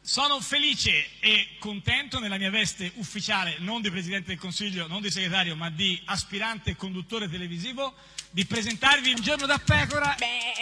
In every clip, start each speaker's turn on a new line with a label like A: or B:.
A: Sono felice e contento nella mia veste ufficiale, non di Presidente del Consiglio, non di segretario, ma di aspirante conduttore televisivo, di presentarvi Un giorno da pecora.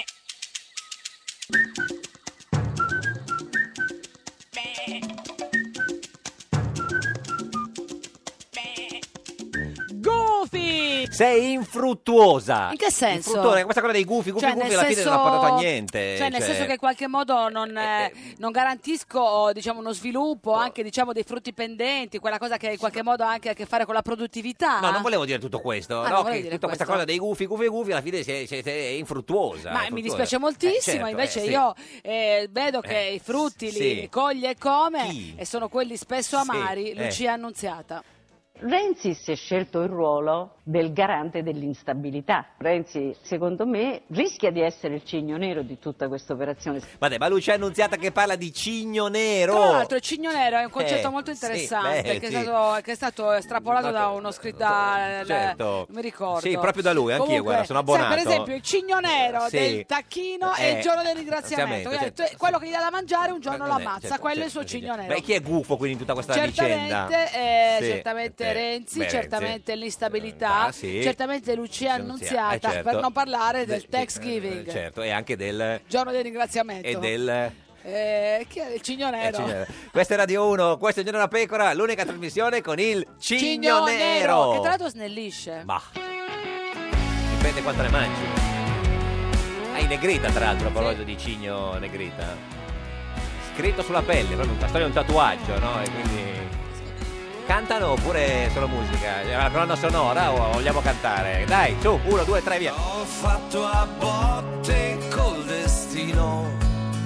B: Goofy!
C: Sei infruttuosa.
B: In che senso?
C: Infruttuosa, questa cosa dei gufi
B: Cioè,
C: alla
B: nel
C: fine
B: senso-
C: non ha portato a niente.
B: Cioè, nel senso che in qualche modo non garantisco, diciamo, uno sviluppo anche, diciamo, dei frutti pendenti, quella cosa che in qualche modo ha anche a che fare con la produttiva.
C: No, non volevo dire tutto questo,
B: Ah,
C: no,
B: non volevi
C: che
B: dire
C: tutta questa
B: questo?
C: cosa dei gufi alla fine è infruttuosa.
B: Ma
C: è
B: mi
C: infruttuosa.
B: dispiace moltissimo,
C: Certo,
B: invece
C: sì.
B: io vedo che i frutti
C: sì.
B: li coglie e come,
C: Chi?
B: e sono quelli spesso amari,
C: Sì,
B: Lucia Annunziata.
D: Renzi si è scelto il ruolo del garante dell'instabilità. Renzi, secondo me, rischia di essere il cigno nero di tutta questa operazione.
C: Ma Lucia Annunziata che parla di cigno nero.
B: Tra l'altro il cigno nero è un concetto molto
C: sì,
B: interessante,
C: beh,
B: che,
C: sì.
B: è stato estrapolato da uno scritto,
C: Certo.
B: non mi ricordo.
C: Sì, proprio da lui, anch'io,
B: Comunque,
C: guarda, sono
B: sai,
C: abbonato.
B: per esempio il cigno nero
C: Sì.
B: del tacchino e il giorno del ringraziamento.
C: Ringraziamento,
B: Quindi, quello che gli dà da mangiare un giorno lo ammazza,
C: certo,
B: quello è il
C: certo,
B: suo cigno nero.
C: Beh, chi è gufo quindi in tutta questa vicenda?
B: Certamente,
C: Sì.
B: certamente Renzi,
C: Beh,
B: certamente l'instabilità,
C: sì.
B: certamente Lucia Annunziata,
C: certo.
B: per non parlare del Thanksgiving,
C: Certo, e anche del...
B: giorno del ringraziamento.
C: E del...
B: Chi è il cigno nero?
C: Questa è Radio 1, questo è Il Giorno da Pecora, l'unica trasmissione con il cigno nero.
B: Che tra l'altro snellisce.
C: Ma dipende quanto ne mangi. Hai negrita tra l'altro, a proposito di cigno negrita. Scritto sulla pelle, proprio una storia di un tatuaggio, no? E quindi cantano oppure solo musica? La colonna sonora o vogliamo cantare? Dai, su, 1, 2, 3, via.
E: Ho fatto a botte col destino.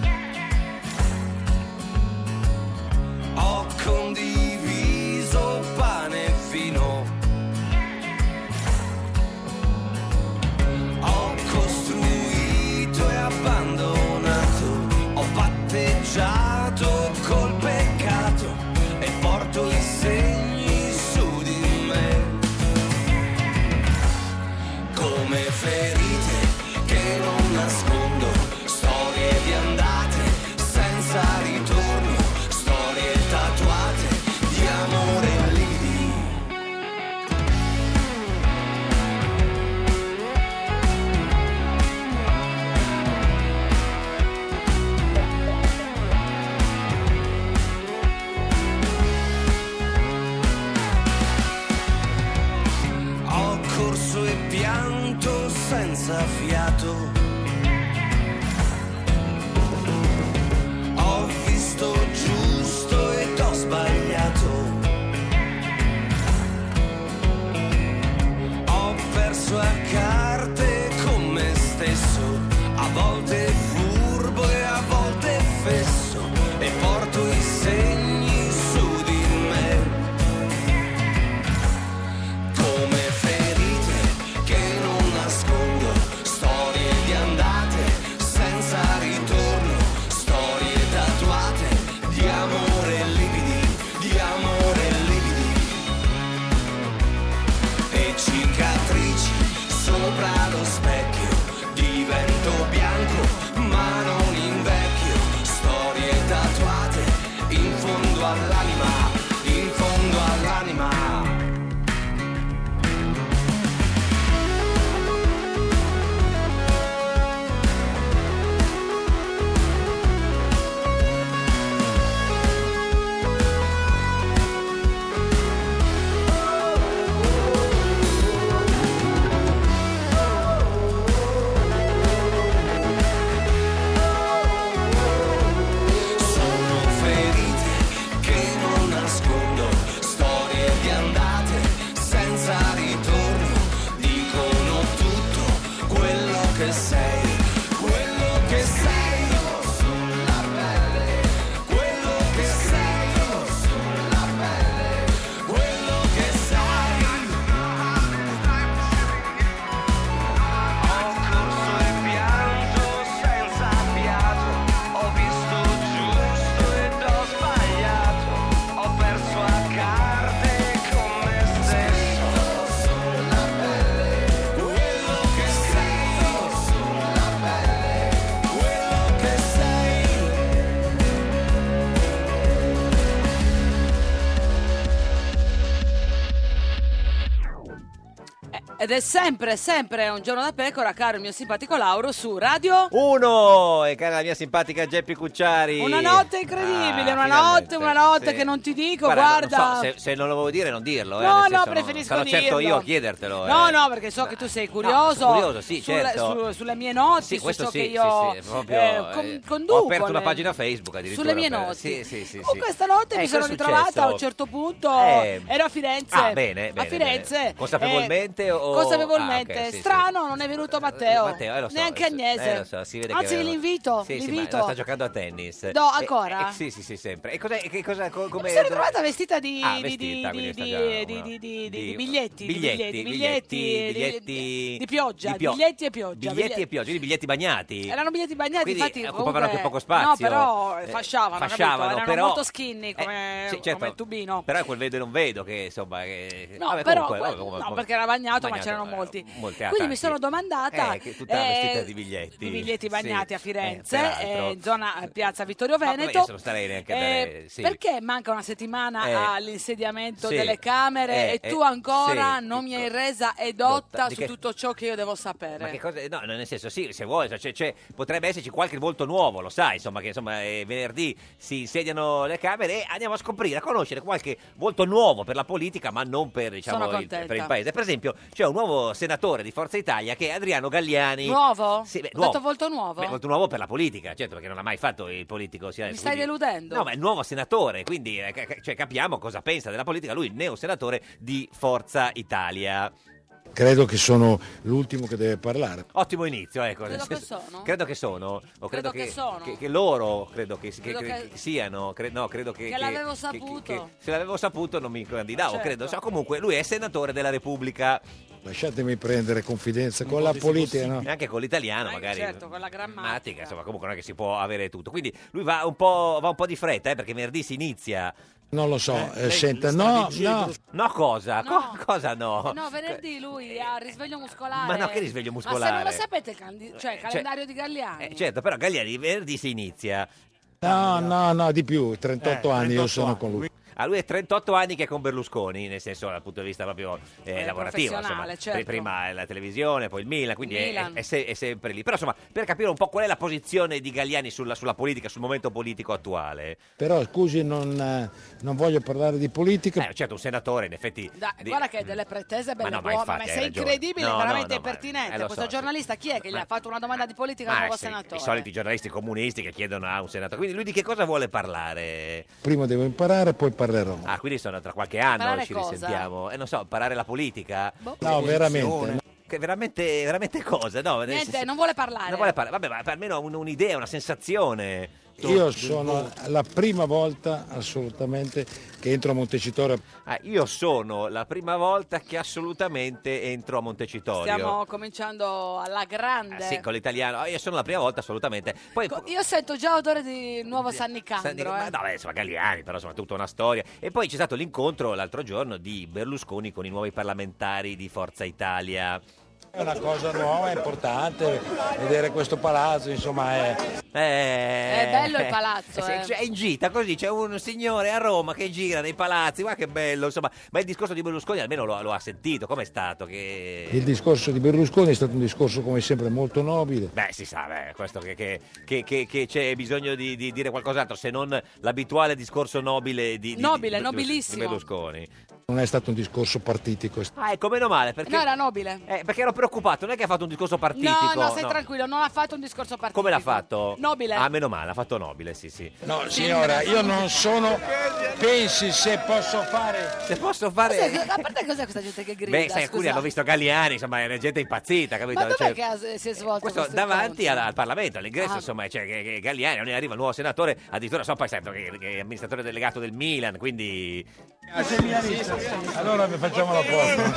E: Ho condiviso pane e vino. Ho costruito e abbandonato. Ho patteggiato col peccato e porto i segni su di me. Come ferite che non nascondo, storie di andate senza ritorno, storie tatuate di amore e lividi. Ho corso e pianto senza fiato. Ho visto giusto ed ho sbagliato. Ho perso a carte con me stesso, a volte furbo e a volte fesso, e porto i segni su di me. Come ferite che non nascondo, storie di andate senza ritorno, storie tatuate di amore lividi, di amore lividi, e cicatrici sopra lo specchio. Divento bianco ma non invecchio, storie tatuate in fondo all'anima, in fondo all'anima. Sono ferite che non
B: Ed è sempre un giorno da pecora, caro il mio simpatico Lauro, su Radio
C: 1 e cara la mia simpatica Geppi Cucciari.
B: Una notte incredibile, una notte
C: sì.
B: che non ti dico,
C: Guarda.
B: guarda.
C: Non so, se non lo vuoi dire, non dirlo.
B: No,
C: nel senso,
B: preferisco
C: sarò certo
B: dirlo.
C: io a chiedertelo.
B: No, perché so che tu sei curioso,
C: sono curioso, sì,
B: sulle,
C: certo.
B: sulle mie noti,
C: Sì,
B: su
C: questo
B: ciò
C: sì,
B: che io conduco.
C: Ho aperto una pagina Facebook addirittura.
B: Sulle mie noti.
C: Sì.
B: Con questa notte mi sono
C: cosa è
B: ritrovata
C: successo?
B: a un certo punto, ero a Firenze.
C: Ah, bene,
B: a Firenze.
C: bene. Consapevolmente o...
B: Consapevolmente.
C: Ah, ok, sì,
B: Strano, non è venuto Matteo.
C: Lo so,
B: neanche Agnese.
C: lo so, si vede
B: Anzi,
C: che
B: l'invito.
C: Sì,
B: l'invito.
C: ma sta giocando a tennis.
B: No, ancora?
C: Sì, sempre. E cosa come
B: mi sono ritrovata vestita di biglietti. Di pioggia. Biglietti e pioggia.
C: Biglietti e pioggia, quindi biglietti bagnati.
B: Erano biglietti bagnati,
C: Quindi
B: infatti
C: occupavano
B: comunque,
C: anche poco spazio.
B: No, però fasciavano,
C: fasciavano,
B: erano molto skinny come,
C: sì, certo.
B: come il tubino.
C: Però è quel vedo e non vedo che insomma
B: No,
C: vabbè,
B: però
C: comunque,
B: no, perché era bagnato, ma c'erano molti.
C: Molti,
B: Quindi mi sono domandata
C: che tutta vestita di biglietti.
B: Di biglietti bagnati
C: Sì.
B: a Firenze,
C: peraltro.
B: in zona piazza Vittorio
C: Ma
B: Veneto.
C: adesso non starei neanche a dare, sì.
B: Perché manca una settimana all'insediamento delle Camere e tu
C: sì.
B: ancora non mi hai resa edotta
C: Di
B: su
C: che-
B: tutto ciò che io devo sapere?
C: Ma che cosa? No, nel senso, sì, se vuoi, potrebbe esserci qualche volto nuovo, lo sai, insomma, che venerdì si insediano le Camere e andiamo a scoprire, a conoscere qualche volto nuovo per la politica, ma non per,
B: Sono
C: per
B: contenta.
C: il paese. Per esempio, c'è un nuovo senatore di Forza Italia che è Adriano Galliani.
B: Nuovo?
C: Sì,
B: Ho detto volto nuovo?
C: Beh, volto nuovo per la politica, certo, perché non ha mai fatto il politico.
B: Mi stai deludendo?
C: No, ma è il nuovo senatore, quindi capiamo cosa pensa della politica. Lui, neo senatore di Forza Italia.
F: Credo che sono l'ultimo che deve parlare.
C: Ottimo inizio, ecco.
B: Credo che sono?
C: Credo che sono. O
B: Credo che sono.
C: Che loro credo che
B: che
C: siano. Credo che
B: l'avevo saputo.
C: che se l'avevo saputo non mi candidavo,
B: Certo.
C: credo. Comunque lui è senatore della Repubblica.
F: Lasciatemi prendere confidenza con la politica, no?
C: E anche con l'italiano, magari.
B: Certo, con la grammatica.
C: Insomma, comunque non è che si può avere tutto. Quindi lui va un po' di fretta, perché venerdì si inizia.
F: Non lo so, senta, no.
C: No, cosa?
B: No.
C: Cosa no?
B: No, venerdì lui ha risveglio muscolare.
C: Ma no, che risveglio
B: Ma
C: muscolare?
B: se non lo sapete il calendario di Galliani.
C: Certo, però Galliani venerdì si inizia.
F: No, di più, 38 anni io sono con lui.
C: Lui è 38 anni che è con Berlusconi, nel senso dal punto di vista proprio lavorativo,
B: professionale,
C: insomma.
B: certo.
C: Prima la televisione, poi il Milan, quindi
B: Milan.
C: è sempre lì. Però insomma, per capire un po' qual è la posizione di Galliani sulla politica, sul momento politico attuale.
F: Però scusi, non voglio parlare di politica.
C: Certo, un senatore in effetti...
B: Guarda che delle pretese belle
C: no, ma
B: buone, ma
C: infatti hai
B: sei
C: ragione.
B: incredibile,
C: No,
B: veramente
C: no, ma-
B: impertinente.
C: lo
B: Questo
C: so,
B: giornalista chi è che gli ha fatto una domanda di politica al
C: Ah,
B: nuovo
C: sì,
B: senatore?
C: i soliti giornalisti comunisti che chiedono a un senatore. Quindi lui di che cosa vuole parlare?
F: Prima devo imparare, poi parlerò.
C: Ah, quindi sono tra qualche anno
B: Imparare
C: ci
B: cosa?
C: risentiamo. Non so, imparare la politica?
F: No, veramente.
C: Che veramente cosa? No,
B: Niente, non vuole parlare.
C: Non vuole parlare. Vabbè, ma almeno un'idea, una sensazione.
F: Io sono la prima volta assolutamente che entro a Montecitorio.
C: Io sono la prima volta che assolutamente entro a Montecitorio.
B: Stiamo cominciando alla grande.
C: Sì, con l'italiano. Io sono la prima volta assolutamente. Poi
B: Io sento già odore di nuovo San Nicandro.
C: Ma no, insomma, Galliani, però insomma, tutta una storia. E poi c'è stato l'incontro l'altro giorno di Berlusconi con i nuovi parlamentari di Forza Italia.
F: È una cosa nuova, è importante vedere questo palazzo, insomma è
B: bello il palazzo,
C: È in gita così, c'è un signore a Roma che gira nei palazzi, guarda che bello, insomma. Ma il discorso di Berlusconi almeno lo ha sentito, com'è stato?
F: Il discorso di Berlusconi è stato un discorso come sempre molto nobile.
C: Beh, si sa, questo che c'è bisogno di dire qualcos'altro se non l'abituale discorso nobile di
B: nobilissimo.
C: di Berlusconi.
F: Non è stato un discorso partitico.
C: Ecco, meno male, perché...
B: No, era nobile.
C: Perché ero preoccupato, non è che ha fatto un discorso partitico.
B: No, stai tranquillo, non ha fatto un discorso partitico.
C: Come l'ha fatto?
B: Nobile.
C: Ah, meno male, ha fatto nobile, sì.
F: No, signora, io non sono... Pensi se posso fare...
C: Se posso fare...
B: A parte cos'è questa gente che grida?
C: Beh, sai, alcuni hanno visto Galliani, insomma, è gente impazzita, capito?
B: Ma dov'è che si è svolto
C: questo davanti al Parlamento, all'ingresso, insomma, c'è che Galliani, non arriva il nuoo senatore, addirittura poi sai che è amministratore delegato del Milan, quindi...
F: sei milanista? Allora facciamo la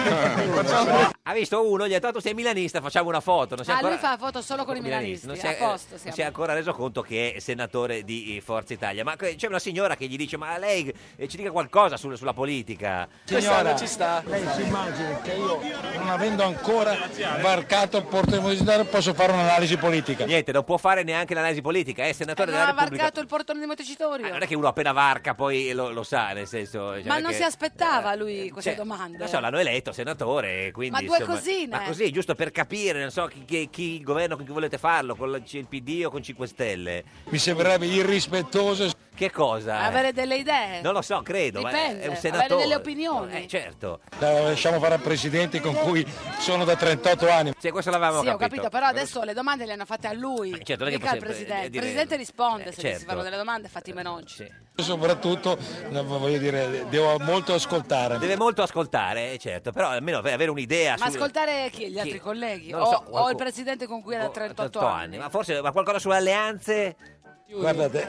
F: foto.
C: Ha visto uno, gli ha detto tu sei milanista, facciamo una foto. Non si è ancora...
B: lui fa foto solo con i milanisti,
C: non
B: a posto
C: si è ancora reso conto che è senatore di Forza Italia. Ma c'è una signora che gli dice ma lei ci dica qualcosa sulla politica.
F: Signora, ci sta. Lei si immagini che io, non avendo ancora varcato il porto universitario, posso fare un'analisi politica.
C: Niente, non può fare neanche l'analisi politica, è senatore
B: non
C: della
B: ha
C: Repubblica.
B: varcato il portone di Montecitorio.
C: Non è che uno appena varca poi lo sa, nel senso...
B: Ma non si aspettava lui queste
C: cioè,
B: domande.
C: Non so, l'hanno eletto senatore, quindi...
B: Ma 2 due
C: insomma.
B: cosine.
C: Ma così, giusto per capire, non so, chi il governo con chi volete farlo, con il PD o con 5 Stelle.
F: Mi sembrerebbe irrispettoso.
C: Che cosa?
B: Avere delle idee.
C: Non lo so, credo.
B: Dipende,
C: È un
B: avere
C: senatore.
B: delle opinioni.
C: Certo.
F: Lasciamo fare a presidenti con cui sono da 38 anni.
C: Sì, questo l'avevamo
B: Sì, ho
C: capito.
B: capito, però adesso le domande le hanno fatte a lui,
C: certo, non è che
B: mica al
C: possiamo,
B: presidente.
C: dire-
B: Il presidente risponde se gli
C: certo.
B: si fanno delle domande, fatti i menonci.
F: Soprattutto, voglio dire, devo molto ascoltare.
C: Deve molto ascoltare, certo, però almeno avere un'idea.
B: Ma
C: su-
B: ascoltare chi? Gli altri colleghi?
C: Non lo so,
B: O
C: qualcuno-
B: il presidente con cui era da 38 anni?
C: Ma forse qualcosa sulle alleanze?
F: Guardate,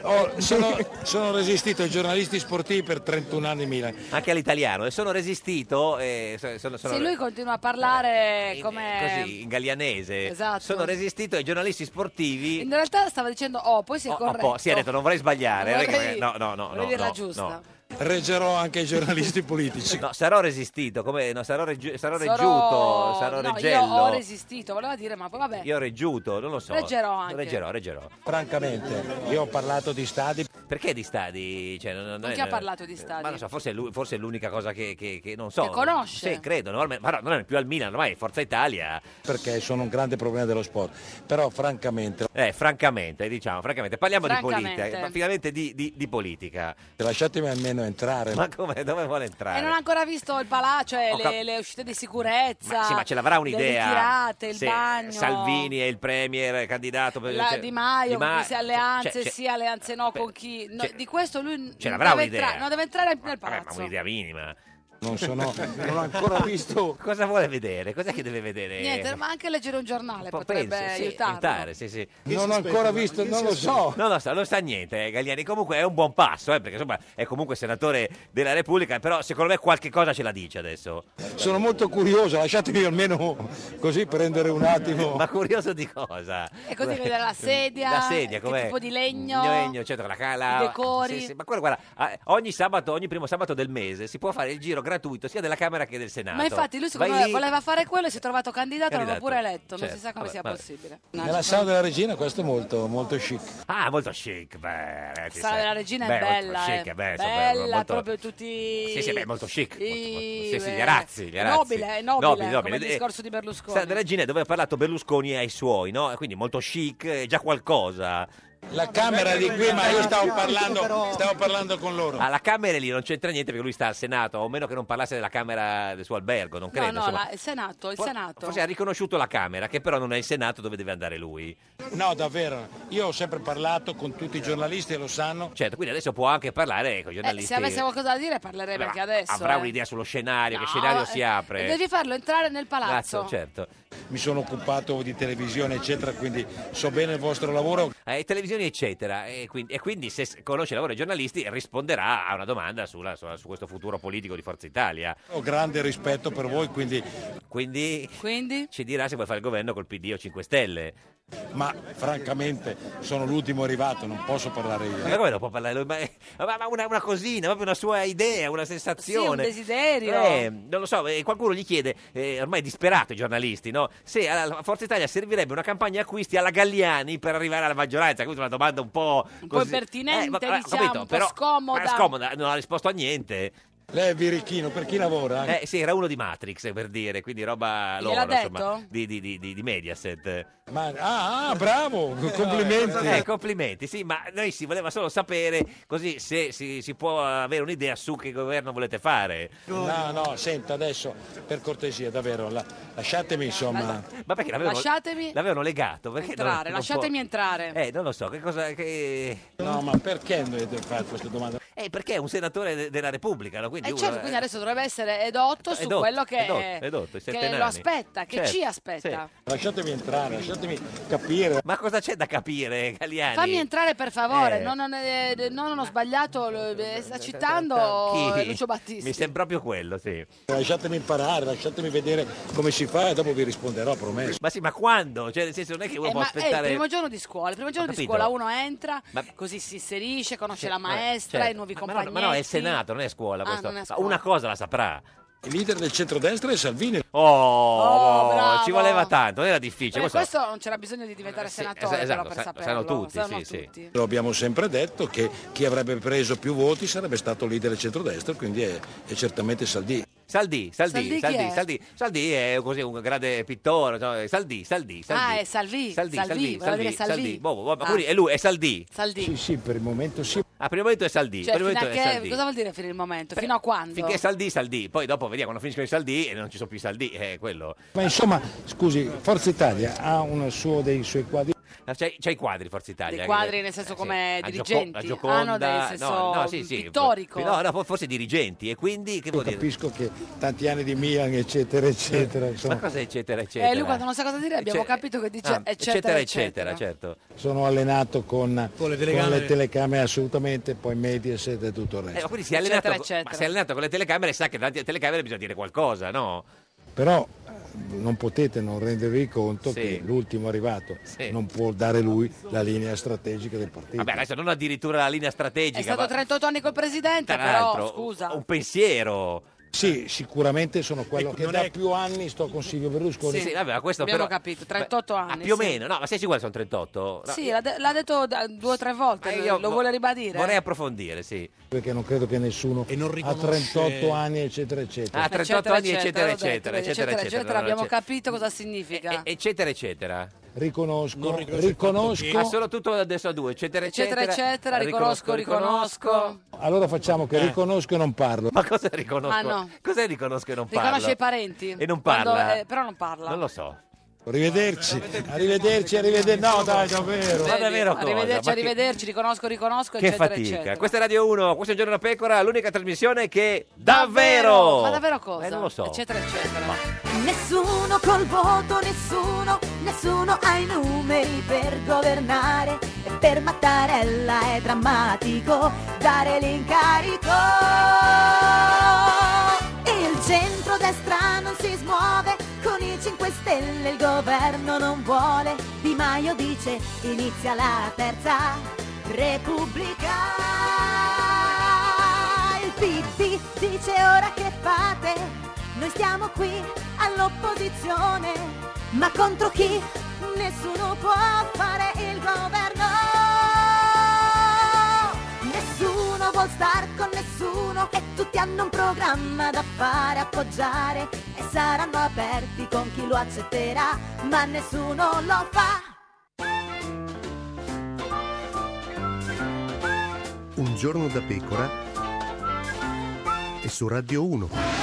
F: sono resistito ai giornalisti sportivi per 31 anni in Milan.
C: Anche all'italiano, e sono resistito. Sono
B: Sì, lui continua a parlare
C: in-
B: come...
C: così, in gallianese.
B: Esatto.
C: Sono resistito ai giornalisti sportivi.
B: In realtà stava dicendo poi si è corretto.
C: Si è detto, non vorrei sbagliare. non è che-
B: Vorrei-
C: no,
B: vorrei dirla
C: no,
B: giusta.
C: no.
F: Reggerò anche i giornalisti politici.
C: No, sarò resistito, come no, sarò reggiuto, sarò
B: No,
C: reggello.
B: io ho resistito, voleva dire, ma poi vabbè.
C: Io ho reggiuto, non lo so.
B: Reggerò anche.
C: Reggerò.
F: Francamente, io ho parlato di stadi.
C: Perché di stadi? Cioè, non
B: Con chi ha parlato di stadi?
C: Ma non so, forse è l'unica cosa che non so.
B: Che conosce?
C: Sì, credo. Ma no, non è più al Milan, ormai è Forza Italia.
F: Perché sono un grande problema dello sport. Però francamente,
C: Francamente, parliamo
B: Francamente.
C: di politica. Ma finalmente di politica.
F: lasciatemi almeno entrare.
C: Ma come? Dove vuole entrare?
B: E non ha ancora visto il palazzo, cioè
C: Ho cap-
B: le uscite di sicurezza.
C: Ma ce l'avrà
B: Le
C: un'idea.
B: ritirate, il
C: Se
B: bagno.
C: Salvini è il premier candidato per
B: Di Maio, con chi si alleanze,
C: cioè,
B: sì, alleanze no, con chi. No,
C: cioè,
B: di questo lui
C: ce
B: non
C: l'avrà
B: deve
C: un'idea.
B: non deve entrare nel
C: Vabbè, ma
B: palazzo.
C: un'idea minima.
F: Non ho ancora visto.
C: Cosa vuole vedere? Cos'è che deve vedere?
B: Niente, ma anche leggere un giornale
C: Po-
B: potrebbe
C: penso, sì,
B: aiutarlo.
C: sì.
F: Non ho ancora visto, non lo so.
C: Non lo so, non sa niente Galliani, comunque è un buon passo, perché insomma è comunque senatore della Repubblica, però secondo me qualche cosa ce la dice adesso.
F: Sono molto curioso, lasciatemi almeno così prendere un attimo.
C: Ma curioso di cosa?
B: E così vedere la sedia,
C: La sedia,
B: che
C: com'è?
B: tipo di legno,
C: Legno, certo,
B: i decori.
C: Sì, ma guarda, ogni primo sabato del mese si può fare il giro gratuito sia della Camera che del Senato.
B: Ma infatti lui secondo
C: Vai
B: me
C: lì-
B: voleva fare quello e si è trovato candidato, l'hanno pure eletto, non
C: Certo,
B: si sa come
C: vabbè,
B: sia
C: vabbè.
B: possibile.
F: Nella sala della regina questo è molto, molto chic.
C: Ah, molto chic, beh,
B: La sala della regina è bella,
C: molto chic, insomma,
B: bella,
C: molto-
B: proprio tutti...
C: Sì, molto chic. Sì,
B: beh,
C: gli arazzi.
B: è nobile, come il discorso di Berlusconi.
C: Sala della regina è dove ha parlato Berlusconi ai suoi, no? Quindi molto chic, è già qualcosa.
F: La camera di qui, ma io stavo parlando con loro.
C: Alla Camera lì non c'entra niente perché lui sta al Senato, o meno che non parlasse della Camera del suo albergo, non credo.
B: No,
C: insomma.
B: il Senato.
C: Forse ha riconosciuto la Camera, che però non è il Senato dove deve andare lui.
F: No, davvero. Io ho sempre parlato con tutti i giornalisti e lo sanno.
C: Certo, quindi adesso può anche parlare con i giornalisti.
B: Se avesse qualcosa da dire parlerebbe
C: Beh,
B: anche adesso.
C: avrà un'idea sullo scenario, che
B: No,
C: scenario si apre.
B: Devi farlo entrare nel palazzo.
C: Certo.
F: Mi sono occupato di televisione, eccetera, quindi so bene il vostro lavoro.
C: Televisioni eccetera e quindi se conosce il lavoro dei giornalisti risponderà a una domanda su questo futuro politico di Forza Italia.
F: Ho grande rispetto per voi, quindi
C: ci dirà se vuole fare il governo col PD o 5 Stelle.
F: ma francamente sono l'ultimo arrivato, non posso parlare io.
C: Ma come non può parlare lui? Ma una cosina, proprio una sua idea, una sensazione.
B: Sì, un desiderio.
C: Non lo so, qualcuno gli chiede, ormai disperato i giornalisti, no? Se a Forza Italia servirebbe una campagna acquisti alla Galliani per arrivare alla maggioranza. Questa è una domanda un po'
B: po' impertinente,
C: ho
B: diciamo, un po'
C: però,
B: scomoda.
C: scomoda, non ha risposto a niente.
F: Lei è birichino, per chi lavora?
C: Sì, era uno di Matrix, per dire, quindi roba loro,
B: Gliel'ha
C: insomma,
B: detto?
C: di Mediaset.
F: Bravo, complimenti.
C: Complimenti, sì, ma noi si voleva solo sapere così se si può avere un'idea su che governo volete fare.
F: No, senta, adesso, per cortesia, davvero, lasciatemi insomma.
C: Ma perché
B: Lasciatemi
C: l'avevano legato? Perché
B: entrare, lasciatemi entrare.
C: Non lo so, che cosa...
F: No, ma perché dovete fare questa domanda?
C: Perché è un senatore della Repubblica, no? Quindi
B: Certo, quindi adesso dovrebbe essere edotto su quello che
C: i 7
B: che lo
C: nani.
B: aspetta, che
C: Certo,
B: ci aspetta.
F: Lasciatemi entrare, lasciatemi capire.
C: Ma cosa c'è da capire, Galliani?
B: Fammi entrare per favore,
C: Eh.
B: non ho sbagliato, sta citando
C: Chi?
B: Lucio Battisti.
C: Mi sembra proprio quello, sì.
F: Lasciatemi imparare, lasciatemi vedere come si fa e dopo vi risponderò, promesso.
C: Ma sì, ma quando? Cioè, nel senso, non è che uno può
B: È il
C: aspettare...
B: primo giorno di scuola, il primo giorno di
C: capito.
B: scuola uno entra,
C: Ma-
B: così si inserisce, conosce la
C: Certo,
B: maestra, i nuovi compagni.
C: ma no, è il Senato, non è scuola questo.
B: non è
C: Ma
B: scuola.
C: una cosa la saprà.
F: Il leader del centrodestra è Salvini.
B: bravo.
C: Ci voleva tanto, non era difficile.
B: Questo non c'era bisogno di diventare senatore
C: esatto,
B: però per saperlo.
C: sanno tutti,
B: sanno
C: sì.
B: tutti.
F: Lo abbiamo sempre detto che chi avrebbe preso più voti sarebbe stato il leader del centrodestra, quindi è certamente Salvini.
C: Saldi
B: Saldi chi è?
C: Saldi è così un grande pittore, no? Saldi.
B: Ah, è Salvi. Voleva dire Salvi.
C: Ma è lui, è Saldi.
F: Sì, per il momento sì.
C: Per il momento è Saldi.
B: Cioè,
C: per il momento
B: fino a
C: è
B: che,
C: Saldi.
B: cosa vuol dire fino il momento? Fino a quando?
C: Finché Saldi. Poi dopo vediamo quando finiscono i Saldi e non ci sono più i Saldi, è quello.
F: Ma insomma, scusi, Forza Italia ha dei suoi quadri.
C: C'è i quadri Forza Italia.
B: Dei quadri nel senso come
C: La
B: dirigenti?
C: Gioconda,
B: nel senso
C: sì.
B: pittorico?
C: No, forse dirigenti. E quindi che
F: Io
C: vuol dire?
F: capisco che tanti anni di Milan, eccetera, insomma.
C: Ma cosa eccetera?
B: Lui quando non sa cosa dire abbiamo capito che dice
C: eccetera, certo.
F: Sono allenato con le telecamere assolutamente, poi Mediaset e tutto il resto.
C: Ma quindi si è allenato,
B: eccetera.
C: ma si è allenato con le telecamere e sa che davanti alle telecamere bisogna dire qualcosa, no?
F: Però non potete non rendervi conto che l'ultimo arrivato non può dare lui la linea strategica del partito.
C: Vabbè, adesso non addirittura la linea strategica.
B: È stato 38 anni col presidente,
C: tra l'altro,
B: però scusa.
C: Un pensiero.
F: Sì, sicuramente sono quello che da più anni sto con Silvio Berlusconi.
C: Sì, vabbè, ma questo
B: abbiamo
C: però...
B: capito, 38 anni.
C: Più o meno, no, ma sei sicuro che sono 38? No.
B: Sì, l'ha detto 2 o 3 volte, lo vuole ribadire?
C: Vorrei approfondire, sì.
F: Perché non credo che nessuno a 38 anni, eccetera, eccetera.
C: Ah, 38 anni, eccetera.
B: Abbiamo capito cosa significa.
C: Eccetera.
F: Riconosco.
C: Ah, solo tutto adesso a 2, eccetera.
B: Riconosco.
F: Allora facciamo che riconosco e non parlo.
C: Ma cosa riconosco?
B: Ah, no.
C: Cos'è riconosco e non parlo?
B: Riconosce i parenti.
C: E non parla?
B: Però non parla.
C: Non lo so.
F: Arrivederci. No, dai, davvero.
C: Ma davvero cosa?
B: Arrivederci, riconosco,
C: che
B: eccetera,
C: fatica.
B: eccetera.
C: Questa è Radio 1, questo è Un Giorno da Pecora, l'unica trasmissione che davvero.
B: Ma davvero cosa?
C: Non lo so.
B: Eccetera.
G: Nessuno col voto, nessuno ha i numeri per governare. E per Mattarella è drammatico dare l'incarico. Il centrodestra non si smuove, con i 5 Stelle il governo non vuole. Di Maio dice inizia la terza Repubblica. Il PD dice ora che fate? Noi stiamo qui all'opposizione, ma contro chi? Nessuno può fare il governo. Nessuno vuol star con nessuno e tutti hanno un programma da fare, appoggiare, e saranno aperti con chi lo accetterà, ma nessuno lo fa.
H: Un Giorno da Pecora e su Radio 1.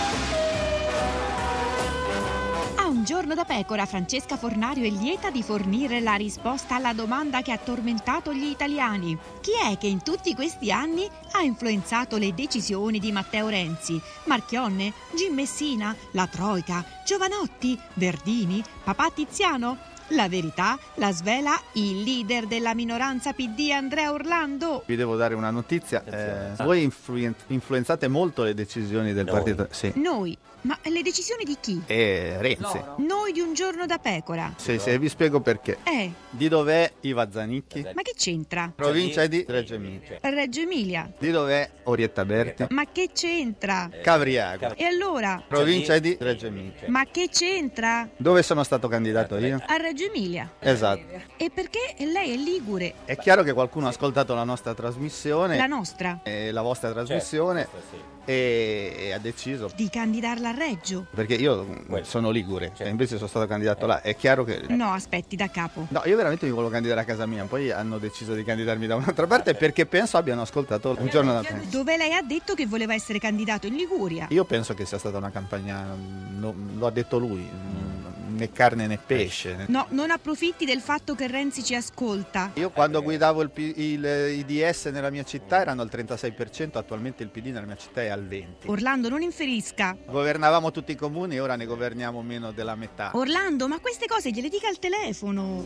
I: Un Giorno da Pecora, Francesca Fornario è lieta di fornire la risposta alla domanda che ha tormentato gli italiani. Chi è che in tutti questi anni ha influenzato le decisioni di Matteo Renzi? Marchionne? Jim Messina? La Troika? Giovanotti? Verdini? Papà Tiziano? La verità la svela il leader della minoranza PD, Andrea Orlando.
J: Vi devo dare una notizia. Voi influenzate molto le decisioni del partito. Sì.
I: Noi? Ma le decisioni di chi?
J: Renzi.
I: Noi di Un Giorno da Pecora.
J: Sì, vi spiego perché. Di dov'è Iva Zanicchi?
I: Ma che c'entra?
J: Provincia di Reggio Emilia.
I: Reggio Emilia.
J: Di dov'è Orietta Berti?
I: Ma che c'entra?
J: Cavriago.
I: E allora?
J: Provincia di ReggioEmilia.
I: Ma che c'entra?
J: Dove sono stato candidato io?
I: A Reggio Emilia.
J: Esatto.
I: E perché lei è ligure?
J: È chiaro che qualcuno ha ascoltato la nostra trasmissione.
I: La nostra?
J: La vostra trasmissione. E ha deciso
I: di candidarla a Reggio.
J: Perché io sono ligure, invece sono stato candidato là. È chiaro che...
I: No, aspetti, da capo.
J: No, io veramente mi volevo candidare a casa mia. Poi hanno deciso di candidarmi da un'altra parte perché penso abbiano ascoltato Un Giorno da Pecora.
I: Dove lei ha detto che voleva essere candidato in Liguria.
J: Io penso che sia stata una campagna, lo ha detto lui, né carne né pesce.
I: No, non approfitti del fatto che Renzi ci ascolta.
J: Io quando guidavo il DS nella mia città erano al 36%, attualmente il PD nella mia città è al 20%.
I: Orlando, non inferisca.
J: Governavamo tutti i comuni e ora ne governiamo meno della metà.
I: Orlando, ma queste cose gliele dica al telefono.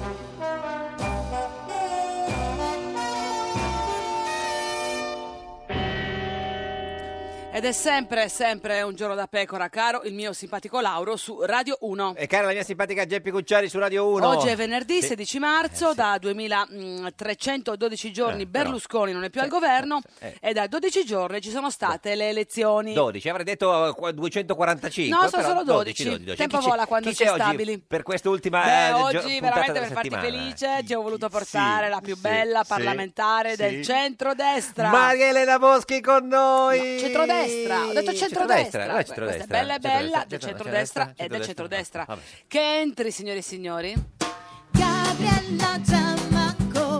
B: Ed è sempre Un Giorno da Pecora, caro il mio simpatico Lauro su Radio 1.
C: E cara la mia simpatica Geppi Cucciari su Radio 1.
B: Oggi è venerdì 16 marzo, da 2312 giorni Berlusconi non è più al governo e da 12 giorni ci sono state le elezioni.
C: 12, avrei detto 245.
B: No, sono solo 12. Tempo vola quando si è stabili.
C: Per quest'ultima
B: oggi veramente per farti felice ti ho voluto portare la più bella parlamentare del centrodestra.
C: Maria Elena Boschi con noi.
B: No, centrodestra. centrodestra. Ho detto centrodestra.
C: Non è centrodestra.
B: Questa è bella e bella del
C: Centrodestra,
B: centrodestra e del centrodestra.
C: Vabbè.
B: Che entri, signore e signori.
G: Gabriella Giammanco,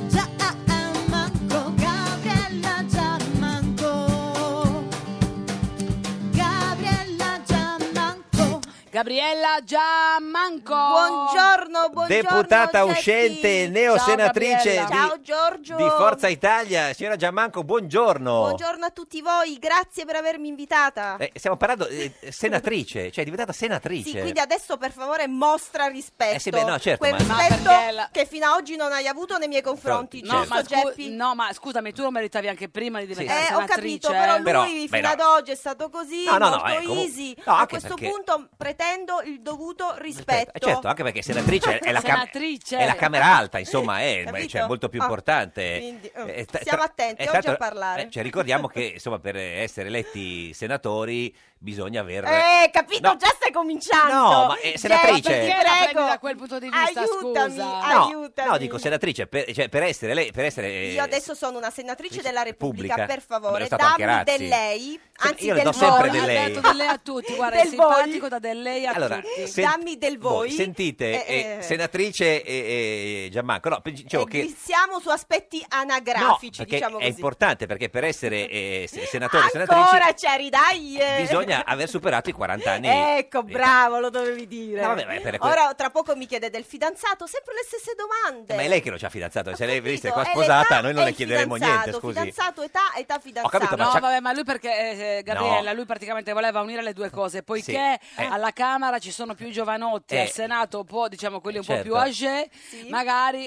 G: Gabriella Giammanco, Gabriella Giammanco.
B: Gabriella Giammanco.
K: Buongiorno,
C: Deputata
K: Getti.
C: uscente, neosenatrice
B: Ciao,
C: di,
K: Ciao Giorgio.
C: di Forza Italia, signora Giammanco, buongiorno.
K: Buongiorno a tutti voi, grazie per avermi invitata.
C: Stiamo parlando senatrice, cioè è diventata senatrice.
K: Sì, quindi adesso per favore mostra rispetto.
C: Sì, beh, no, certo,
K: quel
C: ma-
K: rispetto
B: Ma perché
K: che fino ad oggi non hai avuto nei miei confronti.
C: No,
K: giusto,
B: ma
K: Geppi?
B: no, ma scusami, tu lo meritavi anche prima di diventare
K: Ho
B: senatrice.
K: capito, però lui
C: Però,
K: fino
C: beh, no.
K: ad oggi è stato così,
C: No,
K: molto
C: comunque-
K: easy.
C: no,
K: A
C: anche
K: questo
C: perché-
K: punto pretendo il dovuto rispetto.
C: Certo, anche perché senatrice è la,
B: Senatrice.
C: è la Camera Alta, insomma, è
K: Capito?
C: cioè, molto più
K: Ah,
C: importante.
K: quindi,
C: Tra-
K: stiamo attenti oggi
C: tanto,
K: a parlare.
C: cioè, ricordiamo che insomma, per essere eletti senatori bisogna aver...
K: Capito?
C: No.
K: Già stai cominciando.
C: No, ma, senatrice-
K: Geppi,
B: Perché la prendi
K: prego.
B: da quel punto di vista,
K: Aiutami,
B: scusa?
C: No,
K: aiutami.
C: no, dico senatrice, per essere lei, per essere...
K: Io adesso sono una senatrice della Repubblica,
C: Repubblica.
K: per favore,
C: Lo è stato anche
K: dammi
C: Razzi.
K: del lei, anzi
C: io le
K: del
C: do sempre
K: voi.
C: del lei.
B: Ha detto del lei a tutti, guarda, è
K: Del voi.
B: simpatico da del lei a
C: Allora,
B: tutti.
K: Dammi del voi.
C: Sentite, senatrice Giammanco, no, dicevo che...
K: Siamo su aspetti
C: No,
K: anagrafici,
C: perché
K: diciamo
C: è
K: così.
C: importante, perché per essere senatori e
K: Ancora
C: senatrici
K: c'eri, dai!
C: bisogna aver superato i 40 anni.
K: Ecco, bravo, lo dovevi dire.
C: No, vabbè, ma per-
K: Ora, tra poco mi chiede del fidanzato, sempre le stesse domande.
C: Ma è lei che non ci ha fidanzato, se lei venisse qua
K: È
C: sposata
K: l'età
C: noi non
K: e
C: le
K: il
C: chiederemo
K: fidanzato,
C: niente, scusi.
K: Fidanzato, età fidanzato.
C: Ho capito, ma
B: No,
C: c'ha-
B: vabbè, ma lui perché, Gabriella, lui praticamente voleva unire le due cose, poiché
C: Sì,
B: alla Camera ci sono più giovanotti, al Senato un po', diciamo, quelli un po' più
C: certo.
B: âgé, magari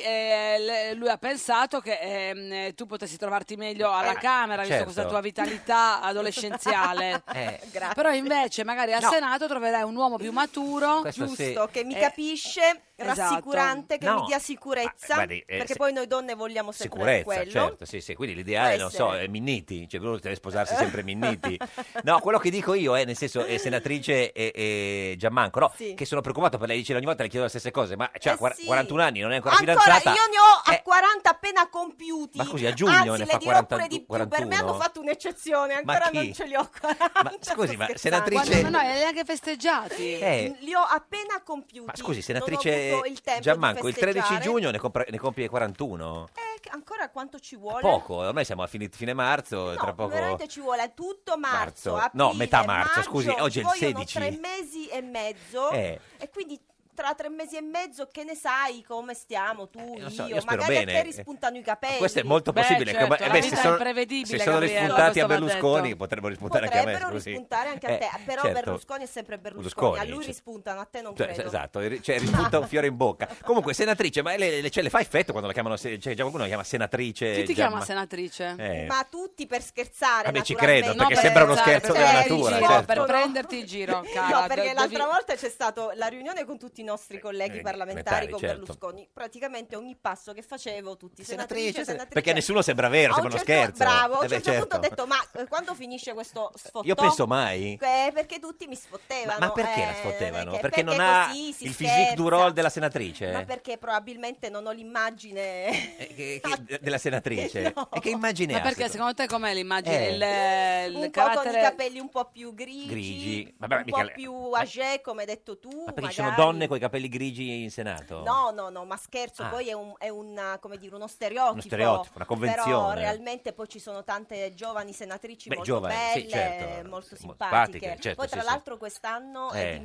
B: lui ha pensato che tu potessi trovarti meglio alla Camera, visto
C: certo.
B: questa tua vitalità adolescenziale.
K: Grazie.
B: Però invece magari al
C: No.
B: Senato troverai un uomo più maturo,
C: Questo sì.
K: Giusto, che mi capisce,
B: esatto.
K: rassicurante, che
C: No.
K: mi dia sicurezza,
C: Guardi,
K: perché
C: se-
K: poi noi donne vogliamo sempre
C: Sicurezza,
K: quello.
C: certo, sì, quindi l'ideale,
K: Può
C: non so,
K: essere.
C: è Minniti, cioè uno deve sposarsi sempre Minniti. No, quello che dico io è, nel senso, senatrice Giammanco, no,
K: Sì.
C: che sono preoccupato per lei, dice ogni volta le chiedo le stesse cose, ma c'ha
K: Sì.
C: 41 anni, non è ancora
K: Ancora,
C: fidanzata.
K: io ne ho a 40 appena compiuti.
C: Ma scusi, a giugno
K: Anzi,
C: ne
K: le
C: fa
K: dirò
C: 40
K: pure di più. Per me
C: 41?
K: hanno fatto un'eccezione, ancora
C: chi?
K: non ce li ho 40.
C: Ma scusi, ma
K: sto
C: senatrice-
K: scherzando.
B: no, li hai anche festeggiati.
K: Li ho appena compiuti.
C: Ma scusi,
K: Non
C: senatrice
K: ho avuto il tempo
C: Giammanco,
K: di
C: il 13
K: festeggiare.
C: giugno ne compie 41.
K: Ancora quanto ci vuole?
C: Poco, ormai siamo a fine marzo,
K: No,
C: tra poco...
K: veramente ci vuole tutto marzo, aprile,
C: No, metà marzo,
K: maggio,
C: scusi, oggi è il
K: ci vogliono
C: 16.
K: 3 mesi e mezzo
C: Eh.
K: e quindi tra 3 mesi e mezzo che ne sai come stiamo tu,
C: non so,
K: io,
C: io spero
K: magari
C: bene.
K: a te rispuntano i capelli.
C: Questo è molto
B: Beh,
C: possibile.
B: certo, la
C: se
B: vita è
C: sono,
B: imprevedibile,
C: se sono
B: Gabriella,
C: rispuntati a
B: questo va
C: Berlusconi,
B: detto.
C: potrebbero rispuntare anche a me.
K: Potrebbero
C: Scusi.
K: rispuntare anche a te, però
C: certo.
K: Berlusconi è sempre Berlusconi, a lui
C: cioè-
K: rispuntano, a te non
C: Cioè,
K: credo.
C: esatto, cioè, rispunta un fiore in bocca. Comunque, senatrice, ma le fa effetto quando la chiamano, cioè, già qualcuno la chiama senatrice?
B: Chi ti chiama senatrice?
K: Ma tutti per scherzare,
C: Vabbè, ci
K: naturalmente.
C: credo, perché sembra uno scherzo
B: per
C: della
B: prenderti in
C: natura.
B: giro,
C: certo.
B: per prenderti in giro, cara.
K: No, perché
B: devi-
K: l'altra volta c'è stata la riunione con tutti i nostri colleghi parlamentari, con
C: certo.
K: Berlusconi. Praticamente ogni passo che facevo, tutti
C: Senatrice,
K: senatrice.
C: perché a nessuno sembra vero,
K: A un
C: sembra uno
K: certo-
C: scherzo.
K: Bravo, a un
C: Eh beh,
K: certo punto ho
C: certo.
K: detto, ma quando finisce questo sfottò?
C: Io penso mai.
K: Perché tutti mi sfottevano.
C: Ma perché la sfottevano? Perché non
K: perché
C: ha
K: così si
C: il physique
K: scherza.
C: du rôle della senatrice?
K: Ma perché probabilmente non ho l'immagine
C: Della senatrice?
K: No.
C: E che immagine
B: Ma
C: ha?
B: perché secondo te com'è l'immagine? Il
K: un po' con i
B: carattere...
K: capelli un po' più grigi,
C: Grigi. Vabbè,
K: un
C: mica
K: po' più âgé, come hai detto tu.
C: Ma perché ci
K: magari.
C: sono donne con i capelli grigi in Senato?
K: No, ma scherzo,
C: Ah.
K: poi è come dire, uno stereotipo.
C: Uno stereotipo, una convenzione.
K: Però realmente poi ci sono tante giovani senatrici
C: Beh,
K: molto
C: giovani, sì,
K: belle,
C: certo,
K: molto
C: sì,
K: simpatiche.
C: certo,
K: poi tra
C: sì,
K: l'altro quest'anno
C: Eh.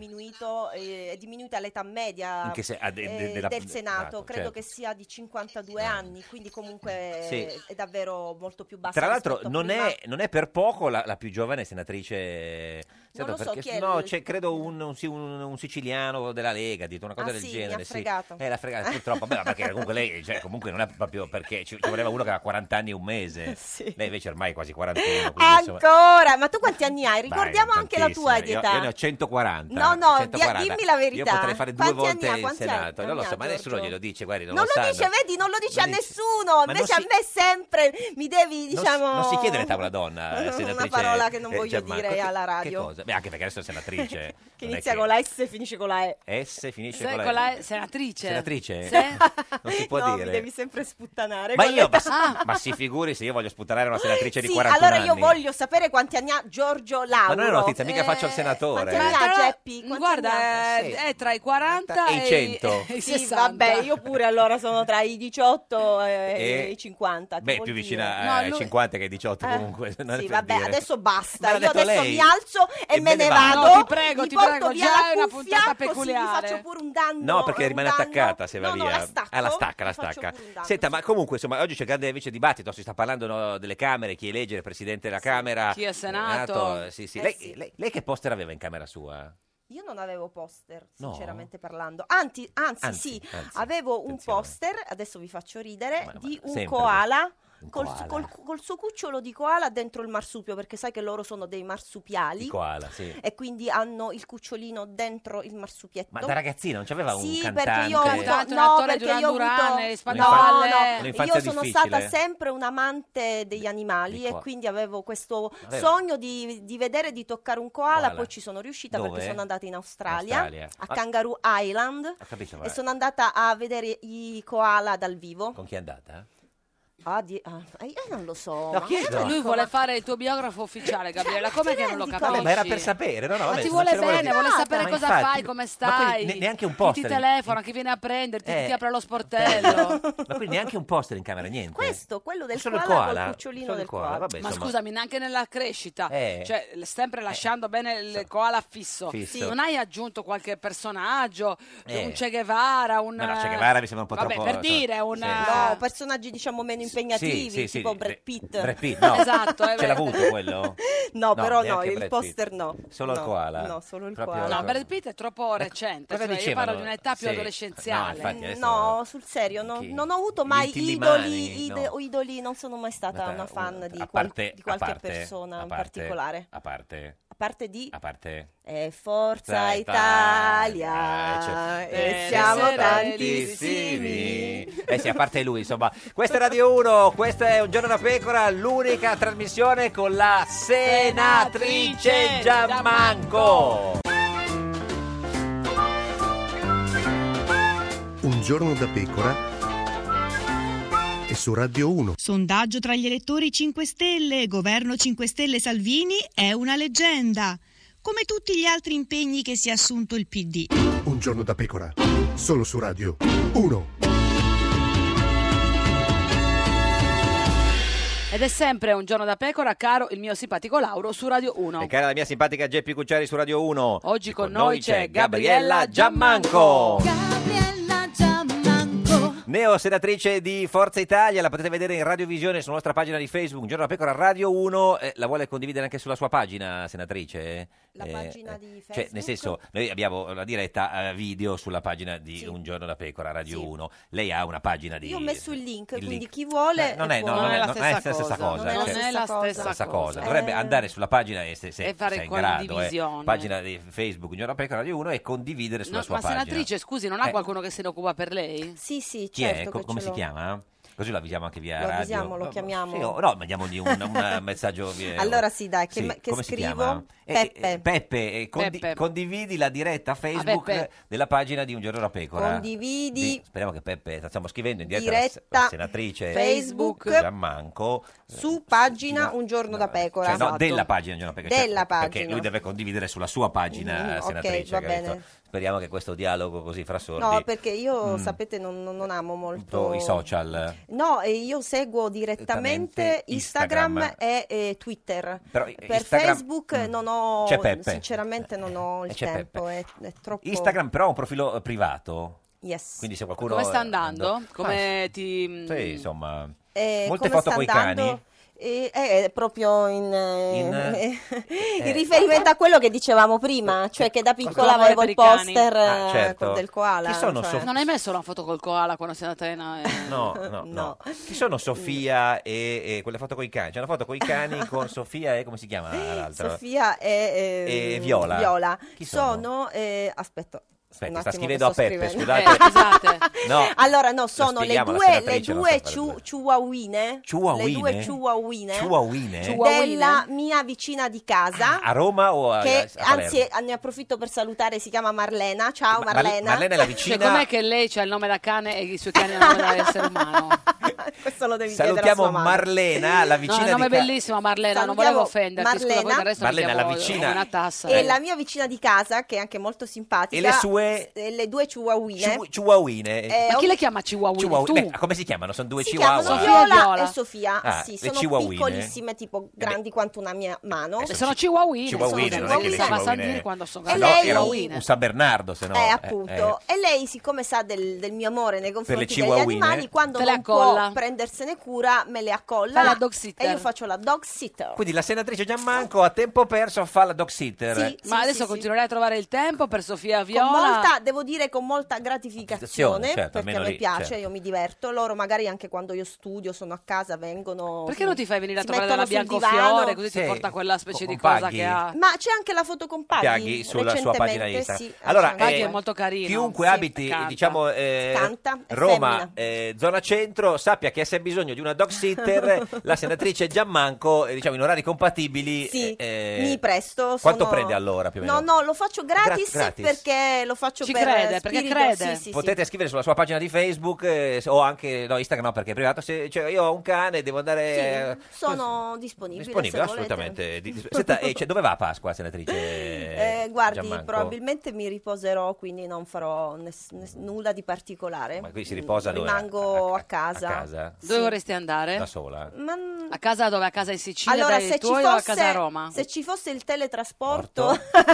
K: è diminuita l'età media
C: In che
K: del Senato, credo
C: certo.
K: che sia di 52 anni, quindi comunque
C: Sì.
K: è davvero molto più bassa.
C: Tra l'altro
K: rispetto a
C: non
K: prima.
C: è per poco la più giovane senatrice.
K: Non lo so,
C: perché,
K: chi è
C: no,
K: il-
C: c'è credo un siciliano della Lega, dito una cosa
K: Ah,
C: del
K: sì,
C: genere.
K: mi ha fregato.
C: L'ha fregata purtroppo. Beh, perché comunque lei, cioè, comunque non è proprio perché ci voleva uno che aveva 40 anni e un mese.
K: Sì.
C: Lei invece ormai è quasi 41. Quindi, insomma,
K: Ancora? Ma tu quanti anni hai?
C: dai,
K: Ricordiamo anche la tua
C: tantissime.
K: età.
C: Io ne ho 140.
K: No, no,
C: 140.
K: dimmi la verità.
C: Io potrei fare due
K: Quanti
C: volte
K: anni ha?
C: in
K: Quanti
C: Senato.
K: anni
C: Non lo so,
K: ha,
C: ma nessuno
K: Giorgio?
C: glielo dice, guardi, non
K: Non
C: lo
K: lo
C: sanno.
K: dice, vedi, non lo dice
C: Lo
K: a
C: dice.
K: nessuno.
C: Ma
K: Invece
C: non
K: a me sempre mi devi, diciamo...
C: Non si chiede l'età a una donna, senatrice.
K: Una parola che non voglio
C: Giammanco.
K: dire alla
C: Che
K: radio.
C: cosa? Beh, anche perché adesso è senatrice.
K: Che
C: non è
K: inizia con la S e finisce con la E.
C: S finisce
B: Sei
C: con
B: con
C: la
B: la senatrice.
C: Senatrice?
B: Sì.
C: Non si può
K: No,
C: dire.
K: mi devi sempre sputtanare.
C: Ma
K: con
C: io,
K: le-
C: ma si figuri se io voglio sputtanare una senatrice di
K: Sì,
C: 41
K: allora io
C: anni.
K: voglio sapere quanti anni ha Giorgio Lauro.
C: Ma non è una notizia, mica faccio il senatore.
K: Quanti anni ha
B: Però,
K: Geppi? Quanti
B: guarda,
K: anni ha?
B: è tra i 40
C: e i 100.
B: i
K: Sì,
B: 60.
K: vabbè, io pure allora sono tra i 18 e
C: E-
K: i 50. che
C: Beh,
K: vuol
C: più
K: dire?
C: vicina
B: No,
C: ai
B: lui-
C: 50 che ai 18 comunque. non è
K: Sì,
C: per
K: vabbè,
C: dire.
K: adesso basta.
C: Ma l'ha
K: Io
C: detto
K: adesso
C: lei?
K: mi alzo e me ne vado.
B: No, ti prego,
K: Mi
B: ti
K: porto
B: prego,
K: via
B: già
K: la
B: è una
K: cuffia,
B: puntata
K: così
B: peculiare.
K: mi faccio pure un danno.
C: No, perché
K: un
C: rimane
K: danno.
C: attaccata se va
K: No,
C: via.
K: no, la stacco.
C: La stacca, la
K: Mi faccio
C: stacca.
K: pure un danno.
C: Senta, ma comunque, insomma, oggi c'è grande invece dibattito, si sta parlando delle Camere, chi elegge il Presidente della Camera.
B: Chi è Senato.
C: Sì, sì.
K: Eh
C: Lei,
K: sì.
C: lei che poster aveva in camera sua?
K: Io non avevo poster,
C: No?
K: sinceramente parlando. Anzi,
C: Anzi,
K: avevo un
C: attenzione.
K: poster, adesso vi faccio ridere,
C: Ma
K: di un
C: sempre.
K: koala.
C: Un
K: Col,
C: koala.
K: col suo cucciolo di koala dentro il marsupio, perché sai che loro sono dei marsupiali.
C: Il koala, sì.
K: E quindi hanno il cucciolino dentro il marsupietto.
C: Ma da ragazzina non c'aveva un
K: Sì,
C: cantante?
K: perché io ho avuto,
B: Cantante, un
K: no,
B: attore
K: perché
B: Duran
K: io ho
B: Duran,
K: avuto,
B: le
K: no,
B: Spadalle.
K: no,
C: Un'infanzia
K: io sono
C: difficile.
K: stata sempre un amante degli animali
C: Di
K: e
C: koala.
K: quindi avevo questo
C: Aveva.
K: sogno di vedere, di toccare un koala,
C: Koala.
K: poi ci sono riuscita
C: Dove?
K: perché sono andata in Australia,
C: Australia.
K: a
C: Ma-
K: Kangaroo Island,
C: Ho capito, ma
K: e sono andata a vedere i koala dal vivo.
C: con chi è andata?
K: Io non lo so.
C: No,
K: ma-
C: chiedo.
B: Lui vuole fare il tuo biografo ufficiale, Gabriella. Com'è che non lo
K: rendi
B: capisci?
C: Vabbè, ma era per sapere, no, no,
B: Ma
C: vabbè,
B: ti
C: non
B: vuole
C: ce lo vuole
B: bene,
C: dire.
B: vuole sapere
C: Ma
B: cosa
C: infatti,
B: fai, come
C: ma
B: stai.
C: quindi neanche un
B: Chi ti
C: poster.
B: telefona, chi viene a prenderti, chi ti apre lo sportello.
C: Ma quindi neanche un poster in camera, niente.
K: Questo, quello del
C: Solo il
K: koala,
C: koala?
K: col cucciolino
C: Solo il
K: del
C: koala,
K: koala.
C: vabbè,
B: Ma
C: insomma.
B: scusami, neanche nella crescita,
C: Eh.
B: cioè sempre lasciando bene il koala fisso.
C: Fisso.
B: Non hai aggiunto qualche personaggio, un
C: Eh.
B: Che Guevara, un...
C: Ma no, Che Guevara mi sembra un po'
B: Vabbè,
C: troppo...
B: per dire, un...
C: Sì.
K: No, personaggi diciamo meno impegnativi,
C: Sì, sì,
K: tipo
C: sì.
K: Brad Pitt.
C: Brad Pitt, no.
B: Esatto, è
C: Ce l'ha
B: vero.
C: avuto quello?
K: No, però no,
C: neanche
K: il
C: Brad
K: poster
C: Pitt.
K: no.
C: Solo
K: No,
C: il koala?
K: no, solo il
C: Proprio-
K: koala.
B: No, Brad Pitt è troppo recente,
C: cosa
B: cioè, io
C: dicevano?
B: parlo di un'età più
C: Sì.
B: adolescenziale.
C: No, infatti, adesso-
K: No, sul serio,
C: Chi?
K: non ho avuto
C: Gli
K: mai
C: Intillimani,
K: idoli,
C: no.
K: idoli, non sono mai stata
C: Guarda,
K: una fan di,
C: a parte-
K: di qualche
C: a parte-
K: persona
C: a
K: in
C: parte-
K: particolare.
C: A parte...
K: A parte di
C: A parte...
K: Forza
C: Dai,
K: Italia,
C: cioè,
K: e siamo
B: siete
K: tantissimi.
C: Eh sì, a parte lui, insomma. Questa è Radio 1, questo è Un Giorno da Pecora, l'unica trasmissione con la senatrice Giammanco.
H: Un giorno da pecora e su Radio 1.
I: Sondaggio tra gli elettori 5 Stelle, governo 5 Stelle Salvini è una leggenda. Come tutti gli altri impegni che si è assunto il PD.
H: Un giorno da pecora, solo su Radio 1.
B: Ed è sempre Un giorno da pecora, caro il mio simpatico Lauro su Radio 1.
C: E cara la mia simpatica Geppi Cucciari su Radio 1.
B: Oggi
C: E
B: con noi c'è Gabriella
C: Giammanco.
G: Gabriella Giammanco.
C: Neo senatrice di Forza Italia, la potete vedere in radiovisione sulla nostra pagina di Facebook, Un Giorno da Pecora Radio 1, la vuole condividere anche sulla sua pagina, senatrice?
K: La pagina di Facebook?
C: Cioè, nel senso, noi abbiamo la diretta video sulla pagina di Un Giorno da Pecora Radio 1, lei ha una pagina di...
K: Io ho messo il link,
C: il
K: quindi
C: link.
K: chi vuole
C: Non è,
K: può-
C: non è
B: la
C: la stessa cosa.
K: Non è la
C: cioè,
K: stessa cosa.
C: Dovrebbe andare sulla pagina e se
B: E fare
C: sei in grado,
B: condivisione.
C: pagina di Facebook Un Giorno da Pecora Radio 1 e condividere sulla
B: No,
C: sua
B: ma
C: pagina.
B: senatrice, scusi, non ha
C: Eh.
B: qualcuno che se ne occupa per lei?
K: Sì, sì,
C: Chi
K: certo
C: è?
K: che
C: Come
K: ce
C: si
K: l'ho.
C: chiama? Così lo avvisiamo anche via
K: Lo
C: radio.
K: avvisiamo, lo chiamiamo.
C: Sì, no, mandiamogli un messaggio via.
K: Allora sì, dai, che
C: come si
K: scrivo?
C: chiama?
K: Peppe.
C: Peppe,
B: Peppe.
C: condividi la diretta Facebook
B: Peppe.
C: della pagina di Un Giorno da Pecora.
K: Condividi.
C: Speriamo che Peppe, stiamo scrivendo in diretta
K: Diretta
C: la senatrice
K: Facebook.
C: Giammanco.
K: Su pagina Un giorno da pecora.
C: Cioè, no,
K: Esatto.
C: della pagina Un Giorno da Pecora.
K: Della
C: Perché
K: pagina.
C: lui deve condividere sulla sua pagina,
K: ok,
C: senatrice.
K: va
C: che ha detto,
K: bene.
C: speriamo che questo dialogo così fra sordi.
K: No, perché io,
C: Mm.
K: sapete, non amo
C: un
K: molto
C: po' i social.
K: No, e io seguo direttamente Instagram e Twitter.
C: Però
K: Per
C: Instagram-
K: Facebook non ho,
C: C'è Peppe.
K: sinceramente non ho il
C: c'è
K: tempo, è troppo...
C: Instagram però ha un profilo privato.
K: Yes.
C: Quindi se qualcuno
B: Come sta andando? Come
C: Ah,
B: ti...
C: sì, insomma.
K: E
C: Molte
K: come
C: foto
K: sta
C: coi
K: andando?
C: cani.
K: È proprio in
C: In-
K: riferimento a quello che dicevamo prima, cioè che da piccola
B: L'amore
K: avevo
B: per
K: il
B: i cani.
K: poster
C: certo.
K: del koala.
C: Chi sono
K: cioè.
C: Sofia?
B: Non hai messo una foto col koala quando sei andata
C: No, no. Chi sono Sofia e quelle foto con i cani? C'è una foto con i cani con Sofia e come si chiama l'altra?
K: Sofia e
C: E Viola. Chi sono?
K: Sono aspetta,
C: Aspetta,
K: Un
C: sta
K: attimo
C: scrivendo
K: che
C: a
K: sto
C: Peppe,
K: scrivendo.
C: scusate. No.
K: Allora, no, sono le
C: spieghiamo alla
K: due,
C: senatrice, non sa parlare.
K: chihuahuine.
C: Chihuahuine?
K: Le due chihuahuine.
C: Chihuahuine?
K: Della mia vicina di casa.
C: A Roma o a
K: Che
C: Palermo?
K: anzi ne approfitto per salutare, si chiama Marlena. Ciao Marlena.
C: Marlena è la vicina.
B: Cioè, com'è che lei c'ha il nome da cane e i suoi cani hanno il nome da essere umano?
K: Questo lo devi chiedere a
C: Salutiamo
K: sua madre.
C: Marlena, la vicina
B: No, il nome
C: di
B: è bellissimo, Marlena, non volevo offenderti, scusa, poi del resto
C: Marlena,
B: mi
C: la
B: chiamo
C: vicina.
B: una tassa.
K: E la mia vicina di casa, che è anche molto simpatica.
C: E le sue?
K: Le due chihuahuine.
C: Chihuahuine.
B: Ma chi le chiama Chihuahua? Tu?
C: Beh, come si chiamano? Sono due
K: Si
C: chihuahua.
K: chiamano
B: Sofia e
K: Viola
B: Viola.
K: e Sofia.
C: Ah,
K: Sì,
C: le
K: sono
C: chihuahuine.
K: piccolissime, tipo grandi quanto una mia mano.
B: Sono chihuahuine.
C: Chihuahuine,
B: sono
C: non è che le
B: chihuahuine.
C: chihuahuine...
B: quando sono
C: Se
B: grandi.
C: no,
K: lei-
C: era
B: Chihuahuine.
C: un San Bernardo, se no.
K: Appunto. E lei, siccome sa del mio amore nei confronti degli
C: chihuahuine,
K: animali, quando
B: te le
K: non
B: accolla.
K: può prendersene cura, me le accolla.
B: Fa la dog sitter.
K: E io faccio la dog sitter.
C: Quindi la senatrice Giammanco a tempo perso fa la dog sitter.
K: Sì,
B: Ma adesso
K: sì.
B: continuerai a trovare il tempo per Sofia
K: Con
B: Viola.
K: molta, devo dire, con molta gratificazione,
C: Certo,
K: perché
C: almeno
K: a me
C: lì,
K: piace,
C: certo.
K: io mi diverto. Loro magari anche quando io studio, sono a casa, vengono.
B: Perché non ti fai venire a
K: si
B: trovare dalla
K: mettono sul
B: Biancofiore,
K: divano.
B: così
C: Sì,
B: ti porta quella specie di
C: con
B: cosa
C: Paghi.
B: che ha.
K: Ma c'è anche la foto con Paghi,
C: Piaghi sulla sua pagina
K: recentemente,
C: Instagram.
K: sì,
C: Allora,
B: Paghi è molto carino.
C: chiunque
B: Sì,
C: abiti,
B: canta.
C: diciamo,
K: Canta, è
C: Roma,
K: femmina.
C: zona centro, sappia che se ha bisogno di una dog sitter, la senatrice Giammanco, diciamo, in orari compatibili.
K: Sì, mi presto.
C: Quanto
K: sono-
C: prende all'ora più o meno?
K: No, lo faccio gratis,
C: Gratis.
K: perché lo faccio
B: Ci
K: per
B: crede, perché
K: spirito.
B: crede.
K: Sì,
C: Potete scrivere sulla sua pagina di Facebook o anche no, Instagram, no, perché è privato. Se, cioè, io ho un cane, devo andare.
K: Sì, sono disponibile.
C: Disponibile,
K: se volete.
C: assolutamente. Senta, cioè, dove va a Pasqua, senatrice?
K: Guardi,
C: Giammanco?
K: probabilmente mi riposerò, quindi non farò nulla di particolare.
C: Ma qui si riposa dove?
K: Rimango a casa.
C: A casa?
B: Dove vorresti andare?
C: Da sola?
K: Ma
B: A casa dove? A casa in Sicilia
K: allora,
B: dai
K: se ci
B: tuoi o a casa a
K: fosse,
B: Roma?
K: se ci fosse il teletrasporto,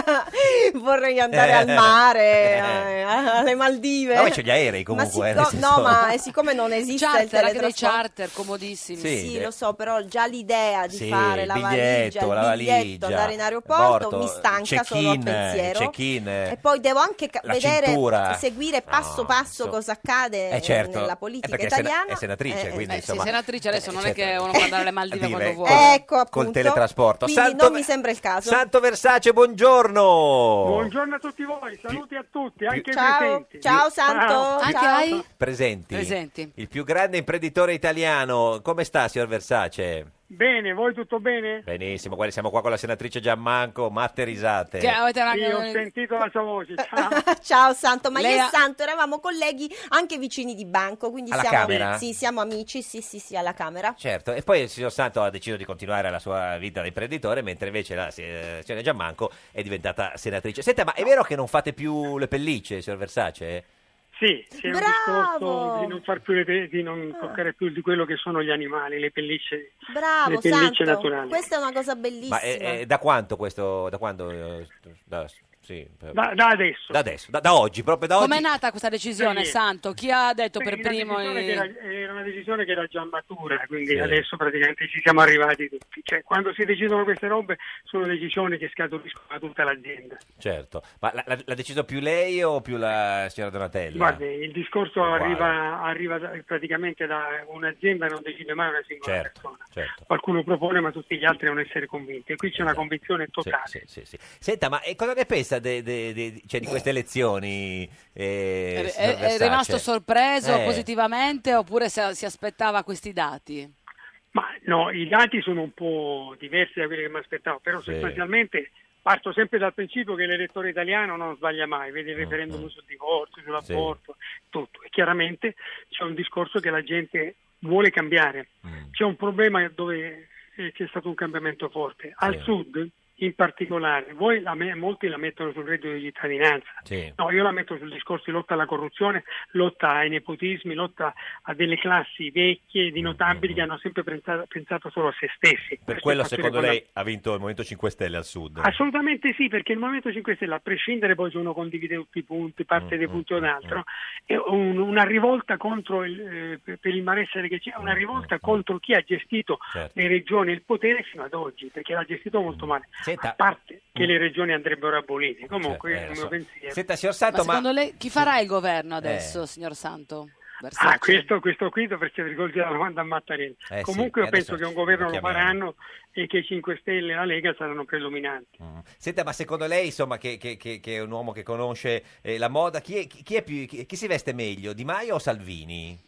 K: vorrei andare al mare, alle Maldive.
C: Ma poi c'è gli aerei comunque.
K: Ma
C: nel senso-
K: no, ma siccome non esiste il
B: Charter, anche dei
K: teletrasporto.
B: charter comodissimi.
K: Sì, lo so, però già l'idea di
C: Sì,
K: fare la
C: il
K: valigia,
C: la
K: il biglietto,
C: valigia,
K: andare in aeroporto, mi stanca
C: check-in,
K: solo al pensiero.
C: check-in,
K: E poi devo anche
C: la
K: vedere,
C: cintura.
K: seguire passo passo cosa accade
C: certo,
K: nella politica
C: perché
K: italiana.
C: è senatrice, quindi
B: Sì,
C: insomma.
B: senatrice adesso non è
C: certo.
B: che uno può andare alle Maldive quando vuole.
K: Ecco, appunto.
C: Col teletrasporto.
K: Quindi
C: Santo-
K: non mi sembra il caso.
C: Santo Versace, buongiorno.
L: Buongiorno a tutti voi, saluti a tutti, anche ai
K: Ciao,
L: presenti.
K: ciao Santo.
B: Anche
K: Ciao.
B: hai?
C: Presenti.
B: Presenti.
C: Il più grande imprenditore italiano. Come sta, signor Versace?
L: Bene, voi tutto bene?
C: Benissimo, guardi, siamo qua con la senatrice Giammanco, matte risate.
B: Che avete una...
L: Sì, ho sentito la sua voce, ciao.
K: Ciao Santo, ma
B: Lei
K: io
B: ha-
K: e Santo eravamo colleghi anche vicini di banco, quindi
C: Alla
K: siamo,
C: Camera?
K: sì, siamo amici, sì, alla Camera.
C: Certo, e poi il signor Santo ha deciso di continuare la sua vita da imprenditore, mentre invece la signora Giammanco è diventata senatrice. Senta, ma è vero che non fate più le pellicce, signor Versace?
L: Sì, c'è un discorso di non far più di non toccare più di quello che sono gli animali, le pellicce,
K: Bravo
L: le pellicce
K: Santo,
L: naturali.
K: questa è una cosa bellissima.
C: Ma da quanto questo? Da quando? Sì,
L: Da adesso.
C: Da adesso, da oggi, proprio da oggi.
B: Com'è nata questa decisione,
L: Sì.
B: Santo? Chi ha detto per
L: Una
B: primo?
L: decisione che era una decisione che era già matura, quindi
C: Sì.
L: adesso praticamente ci siamo arrivati tutti. Cioè, quando si decidono queste robe sono decisioni che scaturiscono da tutta l'azienda.
C: Certo, ma l'ha deciso più lei o più la signora Donatella?
L: Guardi, il discorso
C: Uguale.
L: arriva praticamente da un'azienda, non decide mai una singola persona.
C: Certo.
L: Qualcuno propone, ma tutti gli altri devono essere convinti. E qui c'è una convinzione totale.
C: Sì. Senta, ma cosa ne pensa cioè, di queste elezioni? signor
B: È
C: Versace?
B: rimasto sorpreso
C: Eh.
B: positivamente oppure si aspettava questi dati?
L: Ma no, i dati sono un po' diversi da quelli che mi aspettavo, però
C: Sì.
L: sostanzialmente parto sempre dal principio che l'elettore italiano non sbaglia mai, vedi il referendum sul divorzio, sull'aborto, tutto. E chiaramente c'è un discorso che la gente vuole cambiare. C'è un problema dove c'è stato un cambiamento forte. Al sud, in particolare, molti la mettono sul reddito di cittadinanza.
C: Sì.
L: No, io la metto sul discorso di lotta alla corruzione, lotta ai nepotismi, lotta a delle classi vecchie di notabili che hanno sempre pensato solo a se stessi.
C: Per
L: Questo è
C: quello
L: il fattore
C: secondo
L: fondamentale.
C: lei ha vinto il Movimento 5 Stelle al sud?
L: Assolutamente sì, perché il Movimento 5 Stelle, a prescindere poi se uno condivide tutti i punti, parte dei punti o un altro, è una rivolta contro per il malessere che c'è, una rivolta contro chi ha gestito le regioni e il potere fino ad oggi, perché l'ha gestito molto male.
C: Senta,
L: a parte che le regioni andrebbero abolite, comunque questo è il mio pensiero.
C: Senta, signor Santo,
B: Ma secondo lei chi farà il governo adesso, signor Santo?
L: Questo qui dovreste rivolgere la domanda a Mattarella. Comunque io penso che un governo lo faranno e che i 5 Stelle e la Lega saranno predominanti.
C: Senta, ma secondo lei, insomma, che è un uomo che conosce la moda, chi si veste meglio, Di Maio o Salvini?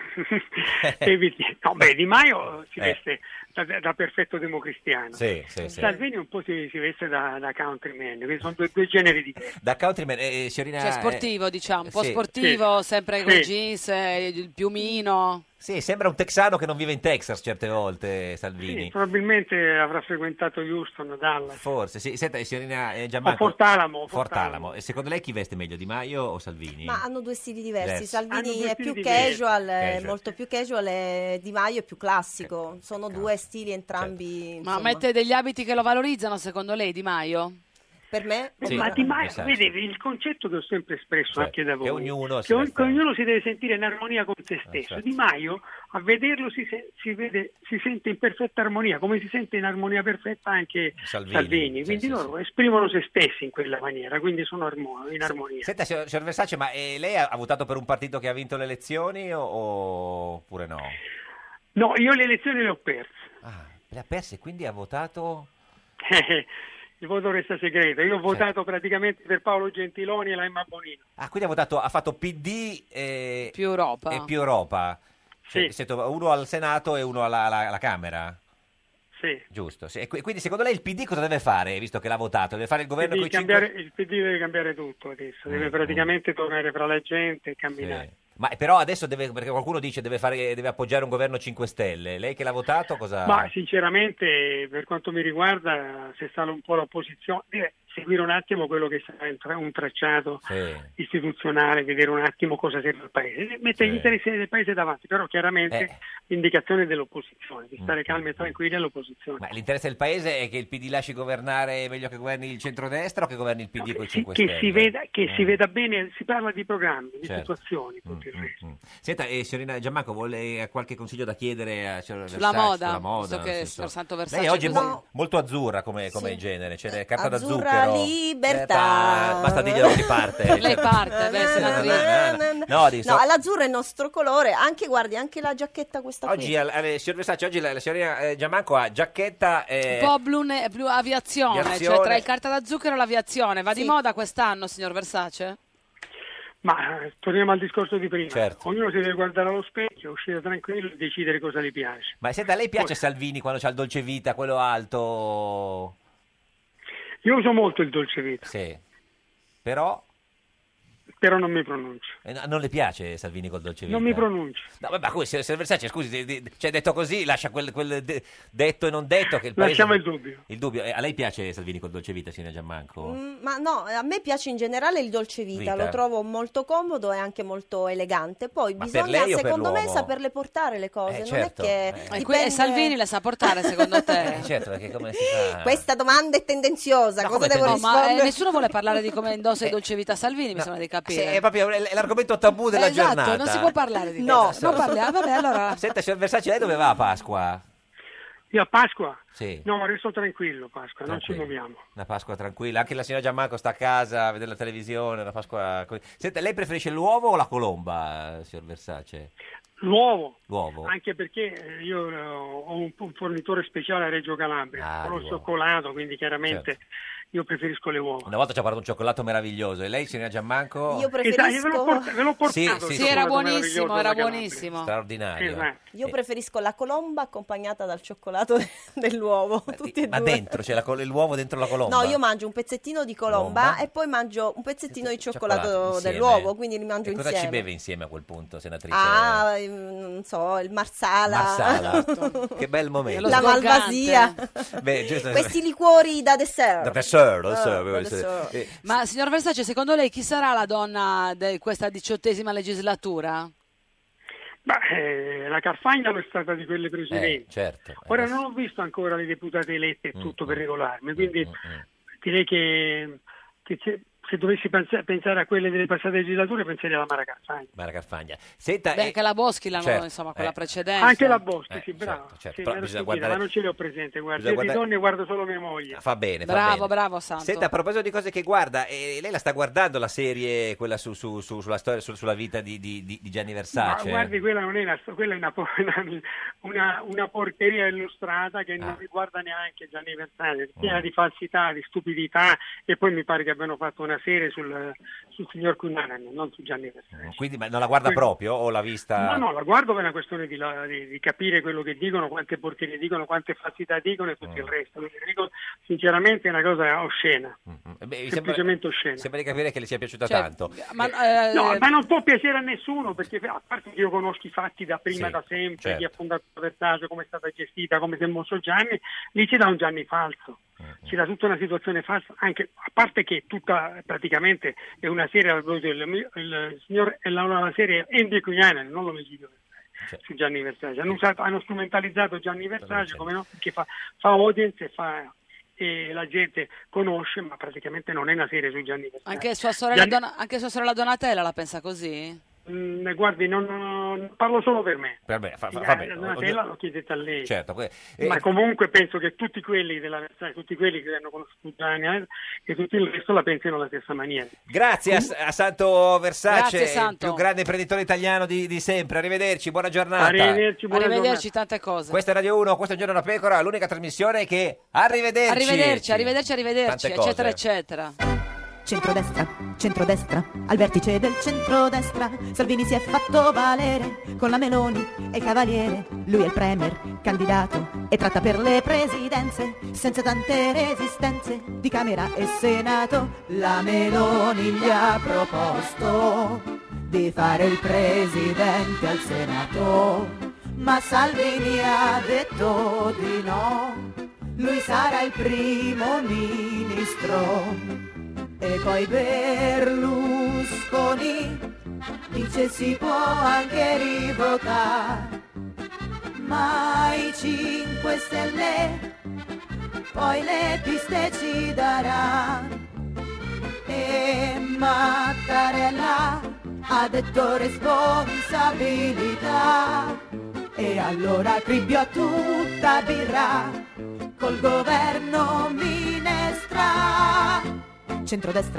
L: Di Maio si veste da perfetto democristiano.
C: Sì.
L: Salvini un po' si veste da countryman, quindi sono due generi diversi.
C: Da countryman, signorina...
B: Cioè sportivo, diciamo, un po' sportivo, sempre con jeans, il piumino.
C: Sì, sembra un texano che non vive in Texas certe volte, Salvini.
L: Sì, probabilmente avrà frequentato Houston, Dallas.
C: Forse, sì. Senta, signorina Giammanco...
L: O
C: Fortalamo. E secondo lei chi veste meglio, Di Maio o Salvini?
K: Ma hanno due stili diversi. Salvini
L: Hanno due
K: è più
L: stili
K: casual, molto più casual, e Di Maio è più classico. Sono due stili entrambi.
B: Ma mette degli abiti che lo valorizzano, secondo lei, Di Maio?
K: Per me?
L: Ma Di Maio, vedete, il concetto che ho sempre espresso anche da voi,
C: che ognuno
L: si deve sentire in armonia con se stesso. Di Maio, a vederlo, si sente in perfetta armonia, come si sente in armonia perfetta anche Salvini. Quindi loro esprimono se stessi in quella maniera, quindi sono in armonia.
C: Senta, signor Versace, ma lei ha votato per un partito che ha vinto le elezioni oppure no?
L: No, io le elezioni le ho perse.
C: Le ha perse, quindi ha votato...
L: Il voto resta segreto. Io ho votato praticamente per Paolo Gentiloni e la Emma Bonino.
C: Quindi ha fatto PD
B: più Europa.
C: E più Europa.
L: Sì.
C: Siete uno al Senato e uno alla Camera.
L: Sì.
C: Giusto. Sì. E quindi secondo lei il PD cosa deve fare, visto che l'ha votato? Deve fare il governo con
L: Il PD deve cambiare tutto adesso, deve praticamente tornare fra la gente e camminare.
C: Sì. Ma però adesso perché qualcuno dice deve appoggiare un governo 5 Stelle. Lei che l'ha votato cosa...
L: Ma sinceramente, per quanto mi riguarda, se sta un po' l'opposizione, deve seguire un attimo quello che sarà un tracciato istituzionale, vedere un attimo cosa serve al Paese, mettere gli interessi del Paese davanti, però chiaramente l'indicazione dell'opposizione, di stare calmi e tranquilli all'opposizione.
C: Ma l'interesse del Paese è che il PD lasci governare meglio che governi il centrodestra o che governi il PD con i 5 Stelle?
L: Che si veda bene, si parla di programmi, di situazioni.
C: Senta, signorina Giammanco, vuole qualche consiglio da chiedere a signor
B: sulla
C: Versace?
B: moda, visto che signor Santo Versace
C: lei oggi è molto azzurra come genere, c'è carta da zucchero,
K: libertà,
C: basta dirglielo che riparte.
B: Lei parte, senatrice.
K: No, l'azzurro è il nostro colore, guardi, anche la giacchetta questa
C: oggi
K: qui.
C: Signor Versace, oggi la signorina Giammanco ha giacchetta
B: un po' blu aviazione, cioè tra il carta da zucchero e l'aviazione. Va di moda quest'anno, signor Versace?
L: Ma torniamo al discorso di prima.
C: Certo.
L: Ognuno si deve guardare allo specchio, uscire tranquillo e decidere cosa gli piace.
C: Ma senta, a lei piace Salvini quando c'ha il dolce vita, quello alto?
L: Io uso molto il dolce vita.
C: Sì. Però
L: non mi pronuncio.
C: Non le piace Salvini col dolce vita?
L: Non mi pronuncio.
C: No, vabbè, signor Versace, scusi, cioè detto così, lascia quel detto e non detto che il paese...
L: Lasciamo il dubbio.
C: Il dubbio. A lei piace Salvini col dolce vita, signora Giammanco?
K: Ma no, a me piace in generale il dolce vita, lo trovo molto comodo e anche molto elegante. Poi bisogna, secondo me, saperle portare le cose.
C: Certo.
K: Non è che
B: E Salvini le sa portare, secondo te?
C: Certo, perché come si fa?
K: Questa domanda è tendenziosa, cosa devo rispondere?
B: Ma nessuno vuole parlare di come indossa il dolce vita Salvini, mi sembra di capire.
C: È proprio l'argomento tabù della giornata.
B: Non si può parlare di questo. Non parliamo, vabbè, allora.
C: Senta, signor Versace, lei dove va a Pasqua?
L: Io a Pasqua?
C: Sì.
L: No, resto tranquillo Pasqua, non ci muoviamo.
C: Una Pasqua tranquilla. Anche la signora Giammanco sta a casa a vedere la televisione, una Pasqua... Senta, lei preferisce l'uovo o la colomba, signor Versace?
L: L'uovo.
C: L'uovo.
L: Anche perché io ho un fornitore speciale a Reggio Calabria, con lo cioccolato, quindi chiaramente... Io preferisco le uova.
C: Una volta ci ha portato un cioccolato meraviglioso. E lei, signora Giammanco?
K: Io preferisco...
L: ve l'ho portato.
B: Sì, era buonissimo.
C: Straordinario.
L: Esatto.
K: Io preferisco la colomba accompagnata dal cioccolato dell'uovo. Tutti e
C: ma
K: due.
C: dentro, c'è l'uovo dentro la colomba?
K: No, io mangio un pezzettino di colomba e poi mangio un pezzettino di cioccolato dell'uovo, quindi li mangio insieme.
C: Cosa ci beve insieme a quel punto, senatrice?
K: Non so, il marsala.
C: Che bel momento.
K: La malvasia. Questi liquori da dessert.
B: Ma signor Versace, secondo lei chi sarà la donna di questa 18ª legislatura?
L: La Carfagna è stata di quelle precedenti.
C: Certo.
L: Ora non ho visto ancora le deputate elette tutto per regolarmi, quindi direi che se dovessi pensare a quelle delle passate legislature, penserei alla Mara
C: Carfagna. Senta,
B: anche la Boschi l'hanno,
C: certo,
B: insomma, quella precedente.
L: Anche la Boschi, sì, bravo.
C: certo,
L: Sì,
C: però
L: ero
C: bisogna
L: stupita, ma non ce le ho presente, guarda. Io di donne guardo solo mia moglie.
C: Fa bene,
B: Bravo, Santo.
C: Senta, a proposito di cose che guarda, lei la sta guardando la serie, quella sulla storia, sulla vita di Gianni Versace?
L: Ma guardi, quella non è quella è una porcheria illustrata che non riguarda neanche Gianni Versace, piena di falsità, di stupidità, e poi mi pare che abbiano fatto una serie sul signor Cunanan, non su Gianni Versace.
C: Quindi ma non la guarda proprio o l'ha vista?
L: No, la guardo per una questione di capire quello che dicono, quante porcherie dicono, quante falsità dicono e tutto il resto. Quindi, dico, sinceramente è una cosa oscena, semplicemente oscena.
C: Sembra di capire che le sia piaciuta tanto.
L: Ma non può piacere a nessuno, perché a parte che io conosco i fatti da prima, da sempre,
C: certo.
L: chi ha fondato Versace, come è stata gestita, come si è mosso Gianni, lì ci dà un Gianni falso. Ci dà tutta una situazione falsa, anche a parte che tutta praticamente è una serie, il signor è la serie Andy Cunanan, non l'omicidio su Gianni Versace. Hanno strumentalizzato Gianni Versace come no, perché fa audience e la gente conosce, ma praticamente non è una serie su Gianni Versace.
B: Anche sua sorella Donatella la pensa così?
L: Guardi, non parlo solo per me.
C: Per me, fa bene.
L: Donatella l'ho chiedete a lei.
C: Certo,
L: ma comunque penso che tutti quelli della Versace, tutti quelli che hanno conosciuto Gianni e tutto il resto la pensino alla stessa maniera.
C: Grazie a Santo Versace,
B: Grazie, Santo.
C: il più grande imprenditore italiano di sempre. Arrivederci, buona giornata.
B: Arrivederci, tante cose.
C: Questa è Radio 1, questo è Un Giorno da Pecora, l'unica trasmissione che arrivederci,
B: arrivederci, eccetera, eccetera.
G: Centrodestra, al vertice del centrodestra, Salvini si è fatto valere con la Meloni e il Cavaliere. Lui è il premier, candidato e tratta per le presidenze, senza tante resistenze di Camera e Senato. La Meloni gli ha proposto di fare il presidente al Senato, ma Salvini ha detto di no, lui sarà il primo ministro. E poi Berlusconi dice si può anche rivotare, ma i 5 Stelle poi le piste ci darà. E Mattarella ha detto responsabilità, e allora Cribbio a tutta birra col governo Minestra. Centrodestra,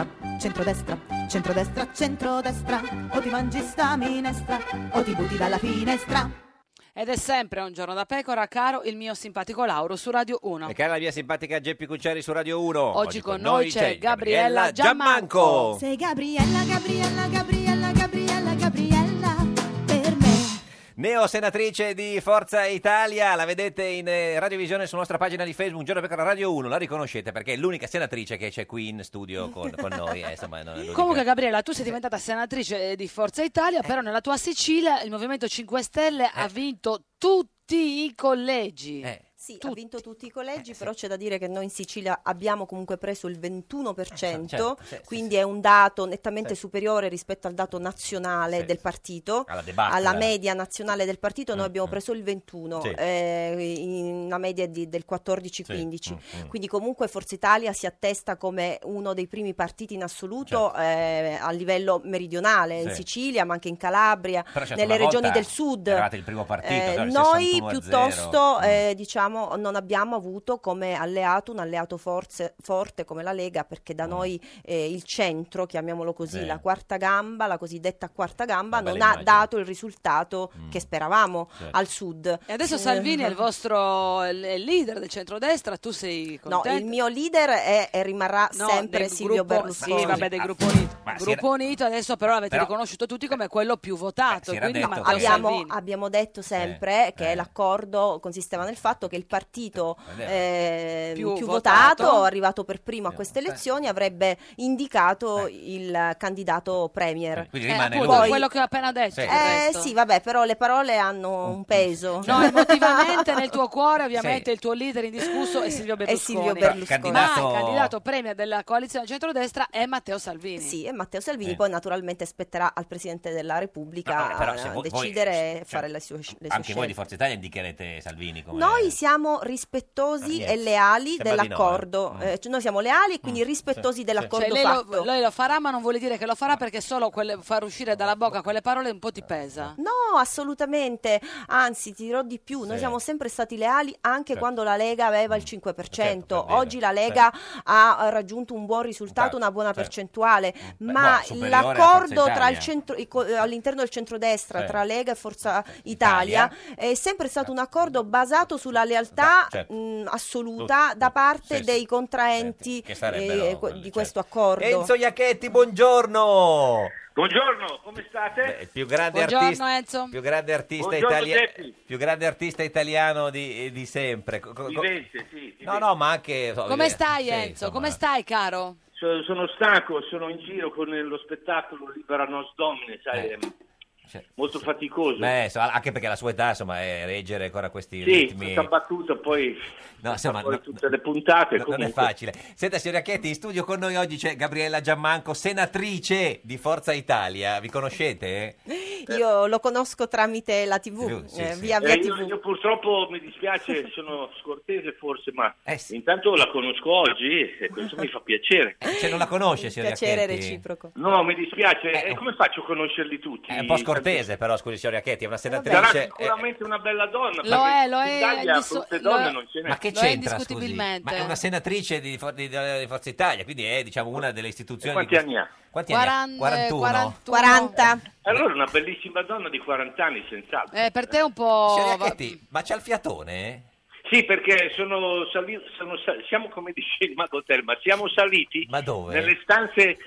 G: o ti mangi sta minestra o ti butti dalla finestra.
B: Ed è sempre Un Giorno da Pecora, caro il mio simpatico Lauro su Radio 1.
C: E cara la mia simpatica Geppi Cucciari su Radio 1.
B: Oggi con noi c'è Gabriella Giammanco.
G: Sei Gabriella per me.
C: Neo senatrice di Forza Italia, la vedete in radiovisione sulla nostra pagina di Facebook, Un Giorno da Pecora Radio 1, la riconoscete perché è l'unica senatrice che c'è qui in studio con noi. Insomma,
B: Comunque Gabriella, tu sei diventata senatrice di Forza Italia, però nella tua Sicilia il Movimento 5 Stelle ha vinto tutti i collegi.
K: Sì, ha vinto tutti i collegi, però c'è da dire che noi in Sicilia abbiamo comunque preso il 21%, quindi è un dato nettamente superiore rispetto al dato nazionale del partito, alla media nazionale del partito. Noi abbiamo preso il 21%, in una media del 14-15%, quindi comunque Forza Italia si attesta come uno dei primi partiti in assoluto a livello meridionale, in Sicilia, ma anche in Calabria, nelle regioni del sud.
C: Eravate il primo partito,
K: noi piuttosto diciamo non abbiamo avuto come alleato un alleato forte come la Lega, perché da noi il centro, chiamiamolo così, la quarta gamba, la cosiddetta quarta gamba, non ha dato il risultato che speravamo al sud.
B: E adesso Salvini è il vostro leader del centrodestra, tu sei contento?
K: No, il mio leader rimarrà sempre Silvio Berlusconi.
B: Sì, vabbè, del Gruppo Unito. Gruppo Unito adesso però l'avete riconosciuto tutti come quello più votato, quindi
K: abbiamo detto sempre che l'accordo consisteva nel fatto che il partito più votato, arrivato per primo a queste elezioni, avrebbe indicato il candidato premier.
C: Quindi rimane
B: quello che ho appena detto.
K: Sì, vabbè, però le parole hanno un peso.
B: No, emotivamente nel tuo cuore ovviamente il tuo leader indiscusso è Silvio Berlusconi. Ma il candidato premier della coalizione centrodestra è Matteo Salvini.
K: Sì, è Matteo Salvini, poi naturalmente spetterà al Presidente della Repubblica decidere e fare le sue
C: anche
K: scelte.
C: voi di Forza Italia indicherete Salvini come...
K: Noi siamo rispettosi
C: niente.
K: e leali
C: Sembra di no,
K: dell'accordo. Cioè, noi siamo leali e quindi rispettosi dell'accordo
B: Cioè,
K: fatto.
B: lei lo farà, ma non vuole dire che lo farà perché solo far uscire dalla bocca quelle parole un po' ti pesa.
K: No, assolutamente, anzi ti dirò di più, noi siamo sempre stati leali anche quando la Lega aveva il 5%, oggi la Lega ha raggiunto un buon risultato, una buona percentuale, ma
C: superiore a
K: l'accordo
C: Forza
K: tra il
C: Italia.
K: all'interno del centrodestra, tra Lega e Forza Italia, è sempre stato un accordo basato sulla lealtà assoluta da parte dei contraenti
C: Che sarebbero
K: di questo accordo.
C: Enzo Iacchetti, buongiorno.
M: Buongiorno, come state?
C: Il più grande
B: Buongiorno,
C: artista,
B: Enzo.
C: più grande artista
M: Buongiorno, Geppi.
C: più grande artista italiano di sempre.
M: Vivente, sì.
C: No, ma anche
B: Come stai,
C: sì,
B: Enzo?
C: insomma.
B: Come stai, caro?
M: Sono stanco, sono in giro con lo spettacolo Libera Nos Domine, sai, è molto faticoso.
C: Anche perché la sua età, insomma, è reggere ancora questi
M: Sì,
C: ritmi.
M: questa battuta poi,
C: insomma,
M: tutte le puntate.
C: Non è facile. Senta, signor Iacchetti, in studio con noi oggi c'è Gabriella Giammanco, senatrice di Forza Italia. Vi conoscete?
K: Io lo conosco tramite la TV, via TV.
M: Io purtroppo mi dispiace, sono scortese forse, ma intanto la conosco oggi e questo mi fa piacere.
C: Se non la conosce, signor
K: Piacere
C: Iacchetti?
K: reciproco.
M: No, mi dispiace. E come faccio a conoscerli tutti?
C: È un po' scortese, però, scusi, signor Iacchetti, è una
M: Sarà
C: senatrice.
M: sicuramente una bella donna.
B: Lo è,
M: in Italia brutte donne non ce n'è.
C: Ma che
B: Lo è
C: c'entra, scusi?
B: indiscutibilmente.
C: Ma è una senatrice di Forza Italia, quindi è, diciamo, una delle istituzioni.
M: Quanti anni ha?
C: Quanti anni ha? 41?
K: 40.
M: Allora una bellissima donna di 40 anni, senz'altro.
B: Per te è un po'...
C: Signor Iacchetti, ma c'ha il fiatone?
M: Sì, perché siamo come dice il Magotel, ma siamo saliti
C: Ma dove?
M: nelle stanze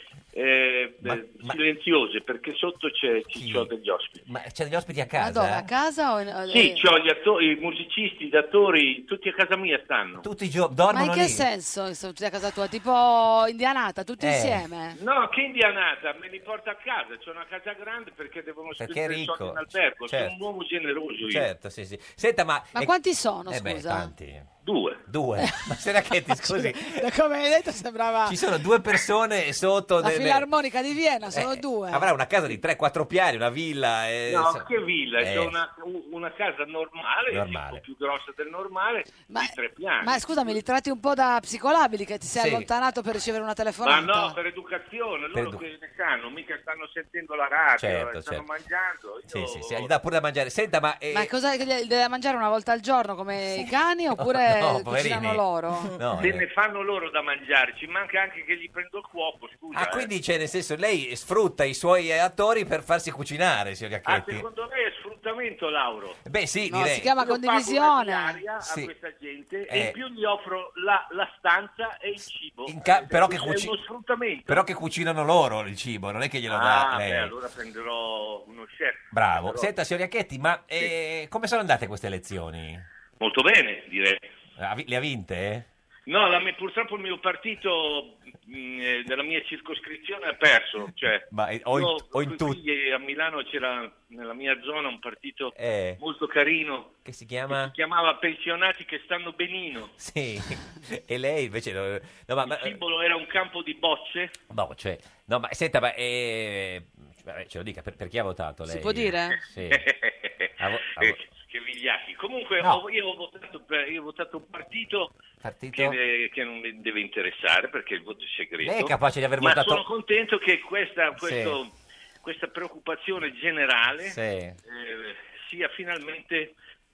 M: silenziose, perché sotto ci ho degli ospiti.
C: Ma c'è degli ospiti a
B: Ma
C: casa?
B: dove? A casa o...
M: Sì, c'ho gli attori, i musicisti, gli attori, tutti a casa mia stanno.
C: Tutti i
B: Ma
C: dormono
B: in che
C: lì?
B: senso sono tutti a casa tua? Tipo indianata, tutti insieme?
M: No, che indianata, me li porta a casa, c'è una casa grande perché devono
C: Perché
M: spendere
C: è
M: i soldi
C: ricco.
M: in albergo,
C: Certo.
M: sono un uomo generoso io.
C: Certo, sì, sì. Senta, ma
B: quanti sono,
C: beh,
B: scusa?
C: tanti.
M: Due.
C: Ma signor Iacchetti, scusi,
B: Da come hai detto sembrava
C: ci sono 2 persone sotto
B: la filarmonica di Vienna, sono 2.
C: avrà una casa di 3-4 piani, una villa.
M: No, che villa, c'è una casa normale,
C: Normale.
M: un po' più grossa del normale, di 3 piani.
B: Ma scusami, li tratti un po' da psicolabili che ti sei
C: Sì.
B: allontanato per ricevere una
M: Ma
B: telefonata?
M: no, per educazione, loro che ne sanno, mica stanno sentendo la radio,
C: Certo,
M: stanno
C: certo.
M: mangiando.
C: Sì, gli dà pure da mangiare. Senta, ma
B: Ma cosa che gli deve mangiare una volta al giorno come i cani oppure
C: No,
B: cucinano
C: poverini.
B: loro?
C: No,
M: Se ne fanno loro da mangiare, ci manca anche che gli prendo il cuoco, scusa.
C: quindi c'è, nel senso, lei sfrutta i suoi attori per farsi cucinare, signor Iacchetti?
M: Secondo me è sfruttamento, Lauro.
C: Beh, sì,
B: No,
C: direi.
B: si chiama
M: Io pago
B: condivisione.
M: una diaria
C: Sì.
M: a questa gente e in più gli offro la stanza e il cibo.
C: Però che
M: è uno sfruttamento.
C: Però che cucinano loro il cibo, non è che glielo dà lei.
M: Allora prenderò uno chef.
C: Bravo.
M: Però-
C: Senta, signor Iacchetti, ma come sono andate queste elezioni?
M: Molto bene, direi.
C: Le ha vinte?
M: No, purtroppo il mio partito della mia circoscrizione ha perso. Cioè,
C: o in
M: qui a Milano c'era nella mia zona un partito molto carino
C: che si chiama?
M: chiamava Pensionati che stanno benino.
C: Sì. E lei invece no,
M: Il simbolo era un campo di bocce.
C: no, ma senta, ma ce lo dica, per chi ha votato lei?
B: Si può dire?
C: Sì.
M: Che vigliacchi. Comunque
C: No.
M: io ho votato un partito che non mi deve interessare perché il voto è segreto.
C: Lei è capace di aver
M: ma
C: votato-
M: sono contento che questa preoccupazione generale sia finalmente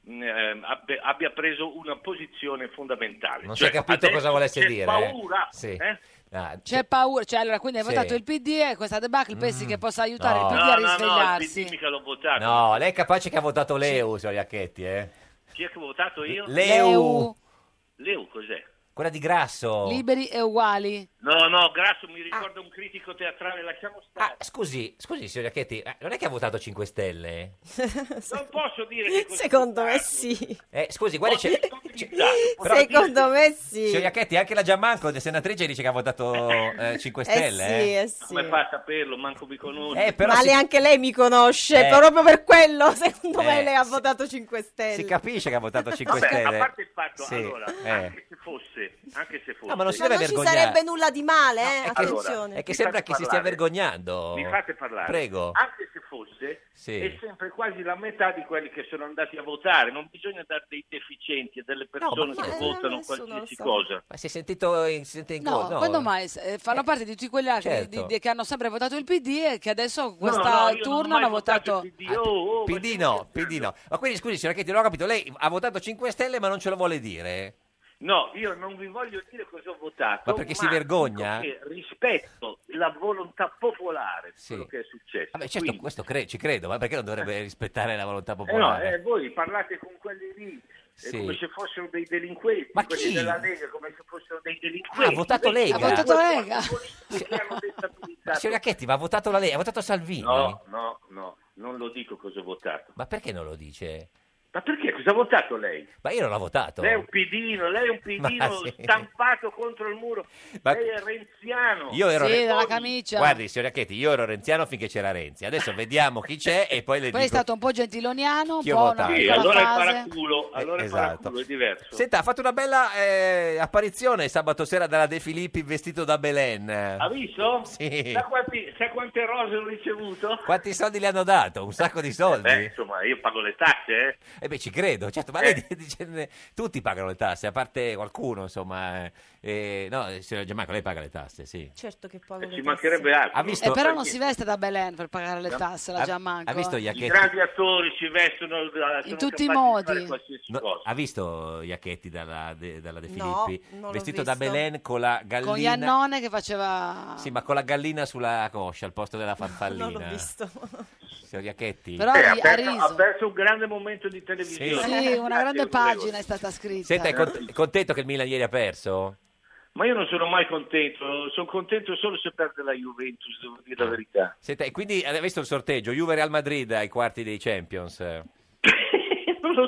M: abbia preso una posizione fondamentale.
C: Non
M: Cioè,
C: si è capito
M: adesso
C: cosa volesse
M: c'è
C: dire.
M: paura,
C: Sì.
B: C'è paura, cioè allora quindi hai
C: Sì.
B: votato il PD e questa debacle pensi che possa aiutare
C: No.
B: il PD
M: No,
B: a
M: no, no, il
B: risvegliarsi?
M: PD mica l'ho votato.
C: No, lei è capace che ha votato l'EU, signor Iacchetti,
M: Chi è che ho votato io?
C: L'EU.
M: L'EU cos'è?
C: Quella di Grasso.
B: Liberi e uguali?
M: No, Grasso mi ricorda un critico teatrale, lasciamo stare.
C: Scusi, signor Iacchetti, non è che ha votato 5 Stelle?
M: Non posso dire che
K: Secondo me sì.
C: Scusi, guardi,
K: Secondo me sì.
C: signor Iacchetti, anche la Giammanco, senatrice, dice che ha votato 5 Stelle.
K: sì.
M: Come fa a saperlo? Manco mi conosce.
C: però
K: Ma anche lei mi conosce,
C: Eh.
K: proprio per quello, secondo me
C: Eh,
K: lei ha votato 5 Stelle.
C: Si capisce che ha votato 5
M: Vabbè,
C: Stelle.
M: a parte il fatto,
C: Sì,
M: allora, anche se fosse
C: No, ma non si
K: Ma
C: deve
K: non ci
C: vergognare.
K: sarebbe nulla di male,
C: è che-
K: attenzione.
C: È che
M: Mi
C: sembra
M: fate
C: che si stia
M: parlare.
C: vergognando.
M: Mi fate parlare.
C: Prego.
M: Anche se fosse, è sempre quasi la metà di quelli che sono andati a votare. Non bisogna dare dei deficienti a delle persone che votano qualsiasi cosa.
C: Ma si è sentito in
B: No, quando mai? Fanno parte di tutti quegli altri
C: certo.
B: che hanno sempre votato il PD e che adesso questa
M: no, io
B: turno
M: non ho mai
B: hanno votato...
C: PD no. Ma quindi scusi, signora Chetti, non ho capito, lei ha votato 5 Stelle ma non ce lo vuole dire?
M: No, io non vi voglio dire cosa ho votato.
C: Ma perché si vergogna?
M: Dico che rispetto la volontà popolare di quello che è successo.
C: Vabbè, certo,
M: Quindi-
C: questo ci credo, ma perché non dovrebbe rispettare la volontà popolare?
M: voi parlate con quelli lì
C: Sì.
M: come se fossero dei delinquenti,
C: Ma
M: quelli
C: chi?
M: della Lega come se fossero dei delinquenti.
C: Ah, ha votato Lega.
B: Ha votato Lega.
C: Ma signora Chetti, ma ha votato la Lega, ha votato Salvini?
M: No, non lo dico cosa ho votato.
C: Ma perché non lo dice?
M: Ma perché? Cosa ha votato lei?
C: Ma io non l'ho votato.
M: Lei è un pidino
C: Ma sì.
M: stampato contro il muro.
C: Ma-
M: Lei è renziano.
C: Io ero
B: Sì, dalla camicia.
C: Guardi, signora Chetti, io ero renziano finché c'era Renzi. Adesso vediamo chi c'è e poi le
B: Poi è
C: dico.
B: stato un po' gentiloniano, un
C: Chi ho
B: po' una
C: votato?
M: Sì,
B: piccola
M: allora è
B: fase.
M: paraculo,
C: Esatto.
M: è diverso.
C: Senta, ha fatto una bella apparizione sabato sera dalla De Filippi vestito da Belen.
M: Ha visto?
C: Sì.
M: Sa quante rose ho ricevuto?
C: Quanti soldi le hanno dato? Un sacco di soldi?
M: Insomma, io pago le tasse,
C: Eh beh, ci credo, certo, ma lei dice, tutti pagano le tasse, a parte qualcuno, insomma. No, signora Giammanco, lei paga le tasse, sì.
K: Certo che pago le
M: Ci
K: tasse.
M: mancherebbe altro.
C: Ha visto,
B: Però non si veste da Belen per pagare le tasse, la Giammanco.
C: ha visto
M: I
C: Iacchetti?
M: grandi attori si vestono
B: In tutti i
M: capaci di
B: modi.
M: fare qualsiasi cosa.
C: Ha visto Iacchetti dalla De
B: No,
C: Filippi?
B: non l'ho
C: Vestito da
B: visto.
C: Belen con la gallina.
B: Con Iannone che faceva...
C: Sì, ma con la gallina sulla coscia al posto della farfallina.
K: Non l'ho visto.
C: Signor Iacchetti?
B: Però
M: ha perso un grande momento di televisione.
B: Sì, una grande pagina è stata scritta.
C: Senta, è contento che il Milan ieri ha perso?
M: Ma io non sono mai contento, sono contento solo se perde la Juventus, devo dire la verità.
C: Senta, e quindi ha visto il sorteggio Juve-Real Madrid ai quarti dei Champions?
M: Non lo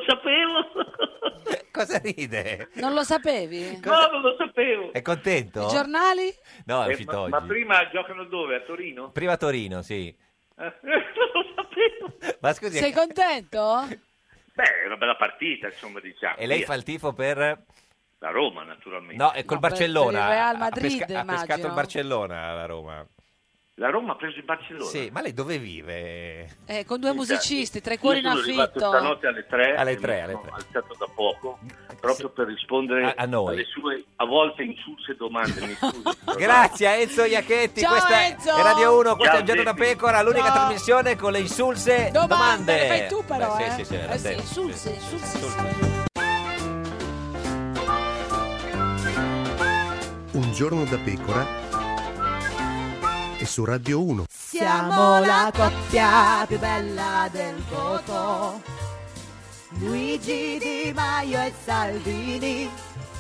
M: sapevo.
C: Cosa ride?
B: Non lo sapevi?
M: No, non lo sapevo.
C: È contento?
B: I giornali?
C: No, è uscito oggi.
M: Ma prima giocano dove? A Torino?
C: Prima a Torino, sì.
M: Non lo sapevo.
C: Ma scusi,
B: Sei contento?
M: Beh, è una bella partita, insomma, diciamo.
C: e lei
M: Via.
C: fa il tifo per...
M: La Roma, naturalmente.
C: No, è col Barcellona.
B: per il Real
C: Ha
B: Madrid,
C: ha pescato
B: immagino.
C: il Barcellona la Roma.
M: La Roma ha preso il Barcellona.
C: Sì, ma lei dove vive?
B: Con due musicisti, 3 cuori in
M: Io sono arrivato
B: affitto.
M: stanotte alle 3.
C: Alle 3,
M: mi
C: alle
M: sono
C: 3.
M: alzato da poco, proprio per rispondere
C: A noi.
M: alle sue a volte insulse domande. Mi scusi.
C: Grazie a Enzo Iacchetti,
B: Ciao,
C: questa
B: Enzo!
C: è Radio 1, questa è
M: Ciao,
C: Un Giorno da
M: Geppi.
C: Pecora, l'unica
B: Ciao.
C: trasmissione con le insulse domande.
B: Le fai tu però,
C: Beh, sì, sì, era
B: sì,
C: tempo.
B: insulse, insulse.
H: Un giorno da pecora e su Radio 1.
G: Siamo la coppia più bella del voto, Luigi Di Maio e Salvini.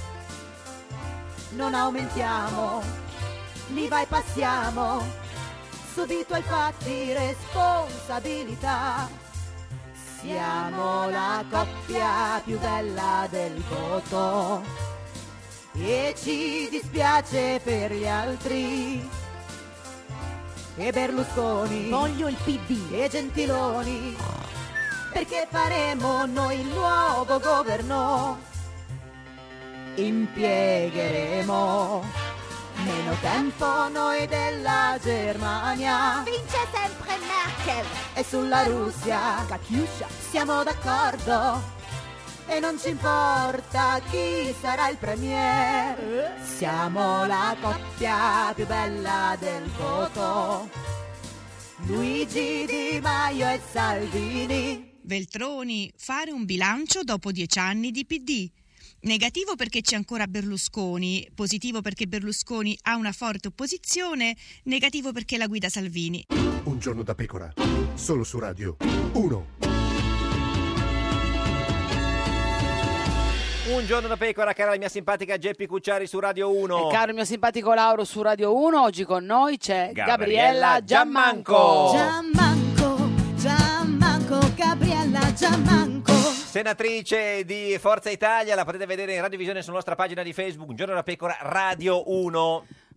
G: Non aumentiamo, l'IVA e passiamo subito ai fatti responsabilità. Siamo la coppia più bella del voto e ci dispiace per gli altri. E Berlusconi, voglio il PD e Gentiloni, perché faremo noi il nuovo governo. Impiegheremo meno tempo noi della Germania. Vince sempre Merkel. E sulla Russia, Katyusha, siamo d'accordo. E non ci importa chi sarà il premier. Siamo la coppia più bella del voto, Luigi Di Maio e Salvini.
I: Veltroni, fare un bilancio dopo 10 anni di PD. Negativo perché c'è ancora Berlusconi, positivo perché Berlusconi ha una forte opposizione, negativo perché la guida Salvini.
H: Un giorno da pecora, solo su Radio 1.
C: Un giorno da pecora, cara la mia simpatica Geppi Cucciari su Radio 1.
B: E caro il mio simpatico Lauro su Radio 1, oggi con noi c'è
C: Gabriella
B: Gabriella Giammanco.
G: Giammanco, Gabriella Giammanco.
C: Senatrice di Forza Italia, la potete vedere in radiovisione sulla nostra pagina di Facebook, Un giorno da pecora Radio 1.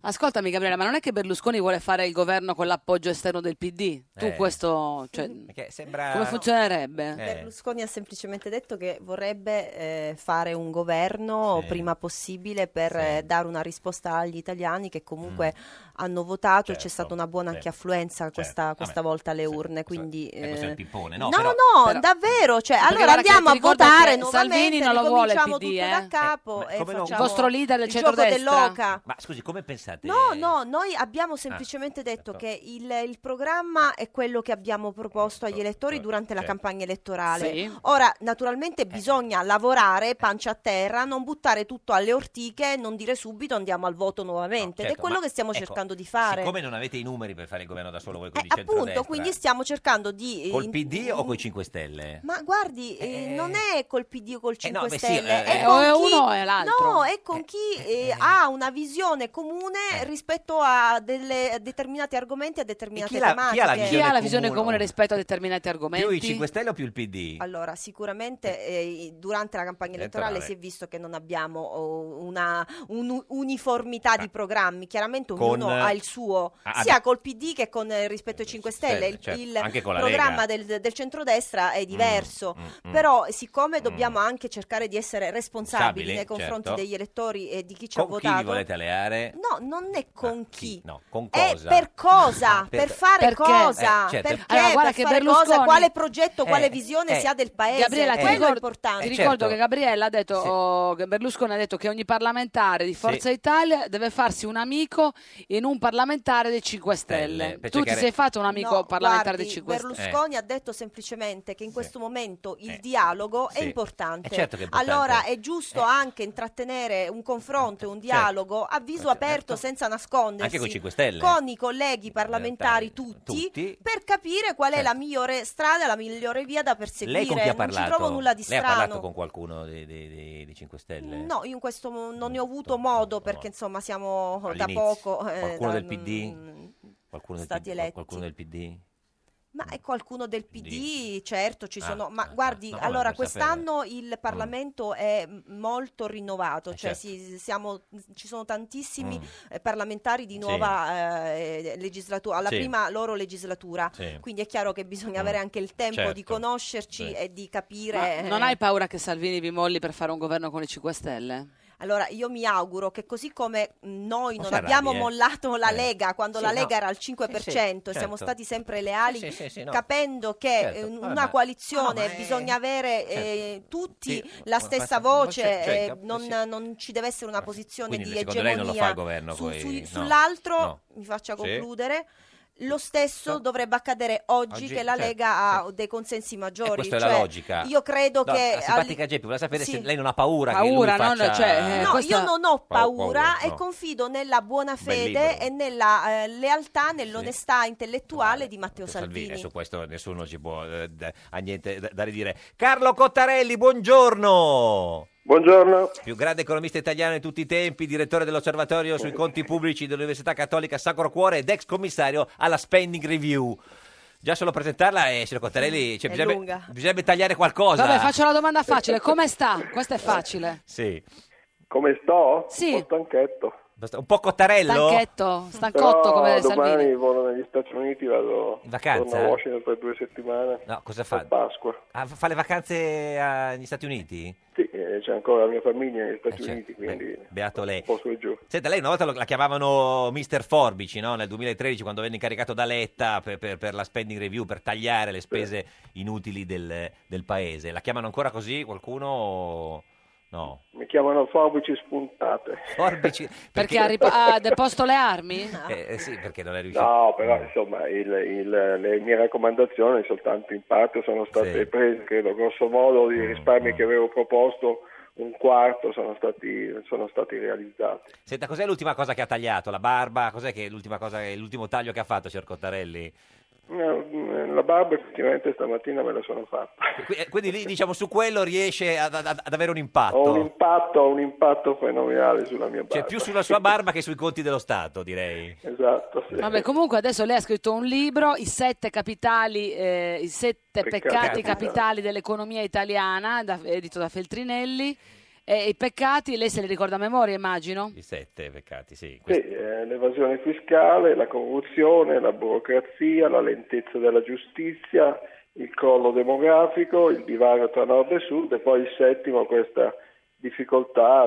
B: Ascoltami Gabriele, ma non è che Berlusconi vuole fare il governo con l'appoggio esterno del PD? Tu questo, cioè,
C: sembra...
B: come funzionerebbe?
K: Berlusconi ha semplicemente detto che vorrebbe fare un governo prima possibile per dare una risposta agli italiani che comunque hanno votato, c'è stata una buona anche affluenza questa volta alle urne, quindi
C: il pippone,
K: no,
C: però-
K: davvero, cioè,
B: Perché
K: allora
B: guarda che
K: andiamo
B: ti
K: a
B: ricordo
K: votare
B: che
K: nuovamente,
B: Salvini non lo vuole il
K: ricominciamo
B: PD,
K: tutto da capo e
C: come no?
K: facciamo
B: Il vostro leader del
K: il gioco
B: centrodestra?
K: dell'oca.
C: Ma scusi, come pensate?
K: No, noi abbiamo semplicemente detto che il programma è quello che abbiamo proposto agli elettori durante la campagna elettorale.
B: Sì.
K: Ora, naturalmente bisogna lavorare pancia a terra, non buttare tutto alle ortiche, non dire subito andiamo al voto nuovamente. Ed è
C: certo,
K: quello
C: ma
K: che stiamo
C: ecco,
K: cercando di fare.
C: Siccome non avete i numeri per fare il governo da solo voi con il
K: Appunto,
C: centrodestra,
K: quindi stiamo cercando di...
C: col PD o con i 5 Stelle?
K: Ma guardi, non è col PD o col 5
C: no, beh, sì,
K: Stelle, è
B: o
K: con
B: è
K: chi,
B: uno o è l'altro.
K: No, è con chi ha una visione comune rispetto a delle determinati argomenti, a determinate tematiche.
B: Chi ha la visione comune rispetto a determinati argomenti?
C: Più i 5 Stelle o più il PD?
K: Allora, sicuramente durante la campagna elettorale si è visto che non abbiamo una uniformità di programmi, chiaramente ognuno ha il suo, sia col PD che con rispetto ai 5 Stelle. Il
C: anche con la
K: programma
C: Lega.
K: del centrodestra è diverso, però siccome dobbiamo anche cercare di essere responsabili nei confronti
C: certo.
K: degli elettori e di chi ci ha
C: Con chi
K: votato.
C: vi volete alleare?
K: No, non è con chi.
C: No, con
K: È
C: cosa?
K: per cosa? Per fare
B: Perché?
K: cosa?
C: Certo.
K: Perché?
B: Allora, guarda
K: Per
B: che
K: fare
B: Berlusconi-
K: cosa? Quale progetto, quale visione si ha del paese?
B: Gabriella, ti
K: Quello è
B: ricordo,
K: importante.
B: ti ricordo
C: certo.
B: che Gabriella ha detto, che Berlusconi ha detto che ogni parlamentare di Forza Italia deve farsi un amico in un parlamentare dei 5 Stelle.
C: per
B: Tu ti
C: cercare-
B: sei fatto un amico
K: No,
B: parlamentare
K: guardi,
B: dei 5 Stelle?
K: Berlusconi ha detto semplicemente che in questo momento il dialogo è
C: Sì.
K: importante.
C: Certo che è importante.
K: Allora è giusto anche intrattenere un confronto, un dialogo a viso aperto, senza nascondersi,
C: Anche con i 5 Stelle.
K: con i colleghi parlamentari tutti, per capire qual è la migliore strada, la migliore via da perseguire.
C: Lei con chi ha
K: Non
C: parlato?
K: ci trovo nulla di
C: Lei ha
K: strano.
C: parlato con qualcuno dei 5 Stelle?
K: No, io in questo non ne ho avuto modo perché insomma siamo da
C: All'inizio?
K: poco
C: Qualcuno del PD? Qualcuno del
K: stati
C: PD?
K: eletti.
C: Qualcuno del PD?
K: Ma è qualcuno del PD, certo, ci sono. Ma guardi,
C: no,
K: allora
C: per
K: quest'anno il Parlamento è molto rinnovato, cioè
C: certo.
K: ci sono tantissimi parlamentari di nuova legislatura, alla
C: Sì.
K: prima loro legislatura.
C: Sì.
K: Quindi è chiaro che bisogna avere anche il tempo di
C: Certo.
K: conoscerci
C: Sì.
K: e di capire.
B: Ma non hai paura che Salvini vi molli per fare un governo con i 5 Stelle?
K: Allora, io mi auguro che così come noi non
C: si
K: abbiamo
C: arrabbi,
K: mollato la Lega quando
C: Sì,
K: la
C: no.
K: Lega era al 5% e siamo
C: certo.
K: stati sempre leali,
C: Sì, no.
K: capendo che
C: Certo.
K: in
C: Vabbè,
K: una
C: ma-
K: coalizione
C: no, ma è-
K: bisogna avere
C: certo.
K: tutti
C: Sì,
K: la
C: ma-
K: stessa
C: ma-
K: voce,
C: cioè,
K: non ci deve essere una posizione
C: Quindi
K: di
C: secondo lei non lo fa il
K: egemonia
C: governo no.
K: sull'altro.
C: No.
K: Mi faccia
C: Sì.
K: concludere. Lo stesso dovrebbe accadere oggi che la
C: certo,
K: Lega ha dei consensi maggiori.
C: questa è
K: cioè,
C: la logica.
K: Io credo
C: No,
K: che
C: la simpatica Geppi voleva sapere
K: Sì.
C: se lei non ha paura,
B: Paura,
C: che lui
B: no,
C: faccia...
B: cioè,
K: No,
B: questa-
K: io non ho paura
C: paura,
K: e
C: no.
K: confido nella buona
C: Bel
K: fede
C: libro.
K: e nella lealtà, nell'onestà intellettuale di Matteo Salvini.
C: Su questo nessuno ci può ha niente da ridire. Carlo Cottarelli, buongiorno.
N: Buongiorno.
C: Più grande economista italiano di tutti i tempi, direttore dell'Osservatorio sui conti pubblici dell'Università Cattolica Sacro Cuore ed ex commissario alla Spending Review. Già solo presentarla, signor Cottarelli,
B: È lunga.
C: bisognerebbe tagliare qualcosa.
B: Vabbè, faccio la domanda facile. Come sta? Questa è facile.
C: Sì.
N: Come sto?
B: Sì.
N: Un po' stanchetto.
C: Un po' Cottarello?
B: Stanchetto, stancotto
N: Però
B: come
N: domani
B: Salvini.
N: volo negli Stati Uniti, vado
C: In vacanza?
N: torno a Washington per 2 settimane.
C: No, cosa fa?
N: Per Pasqua.
C: Fa le vacanze negli Stati Uniti?
N: Sì, c'è ancora la mia famiglia negli Stati
C: certo.
N: Uniti, quindi
C: Beato lei.
N: un po' su e giù.
C: Senta, lei una volta la chiamavano Mister Forbici, no? Nel 2013, quando venne incaricato da Letta per la spending review, per tagliare le spese inutili del paese. La chiamano ancora così qualcuno? o No.
N: Mi chiamano forbici spuntate.
C: Forbici?
B: Perché ha deposto le armi?
C: Sì, perché non è riuscito.
N: No, però insomma le mie raccomandazioni soltanto in parte sono state prese, credo grosso modo di risparmi che avevo proposto, un quarto sono stati realizzati.
C: Senta, cos'è l'ultima cosa che ha tagliato? La barba? Cos'è che è l'ultimo taglio che ha fatto, signor Cottarelli?
N: La barba effettivamente stamattina me la sono fatta.
C: Quindi lì, diciamo, su quello riesce ad avere un impatto.
N: Ho un impatto fenomenale sulla mia barba.
C: Cioè più sulla sua barba che sui conti dello Stato, direi.
N: Esatto, sì.
B: Vabbè, comunque adesso lei ha scritto un libro, i 7 capitali, i 7 peccati capitali dell'economia italiana, edito da Feltrinelli. E i peccati lei se li ricorda a memoria, immagino?
C: I 7 peccati, sì.
N: Sì, l'evasione fiscale, la corruzione, la burocrazia, la lentezza della giustizia, il crollo demografico, il divario tra nord e sud, e poi il settimo, questa difficoltà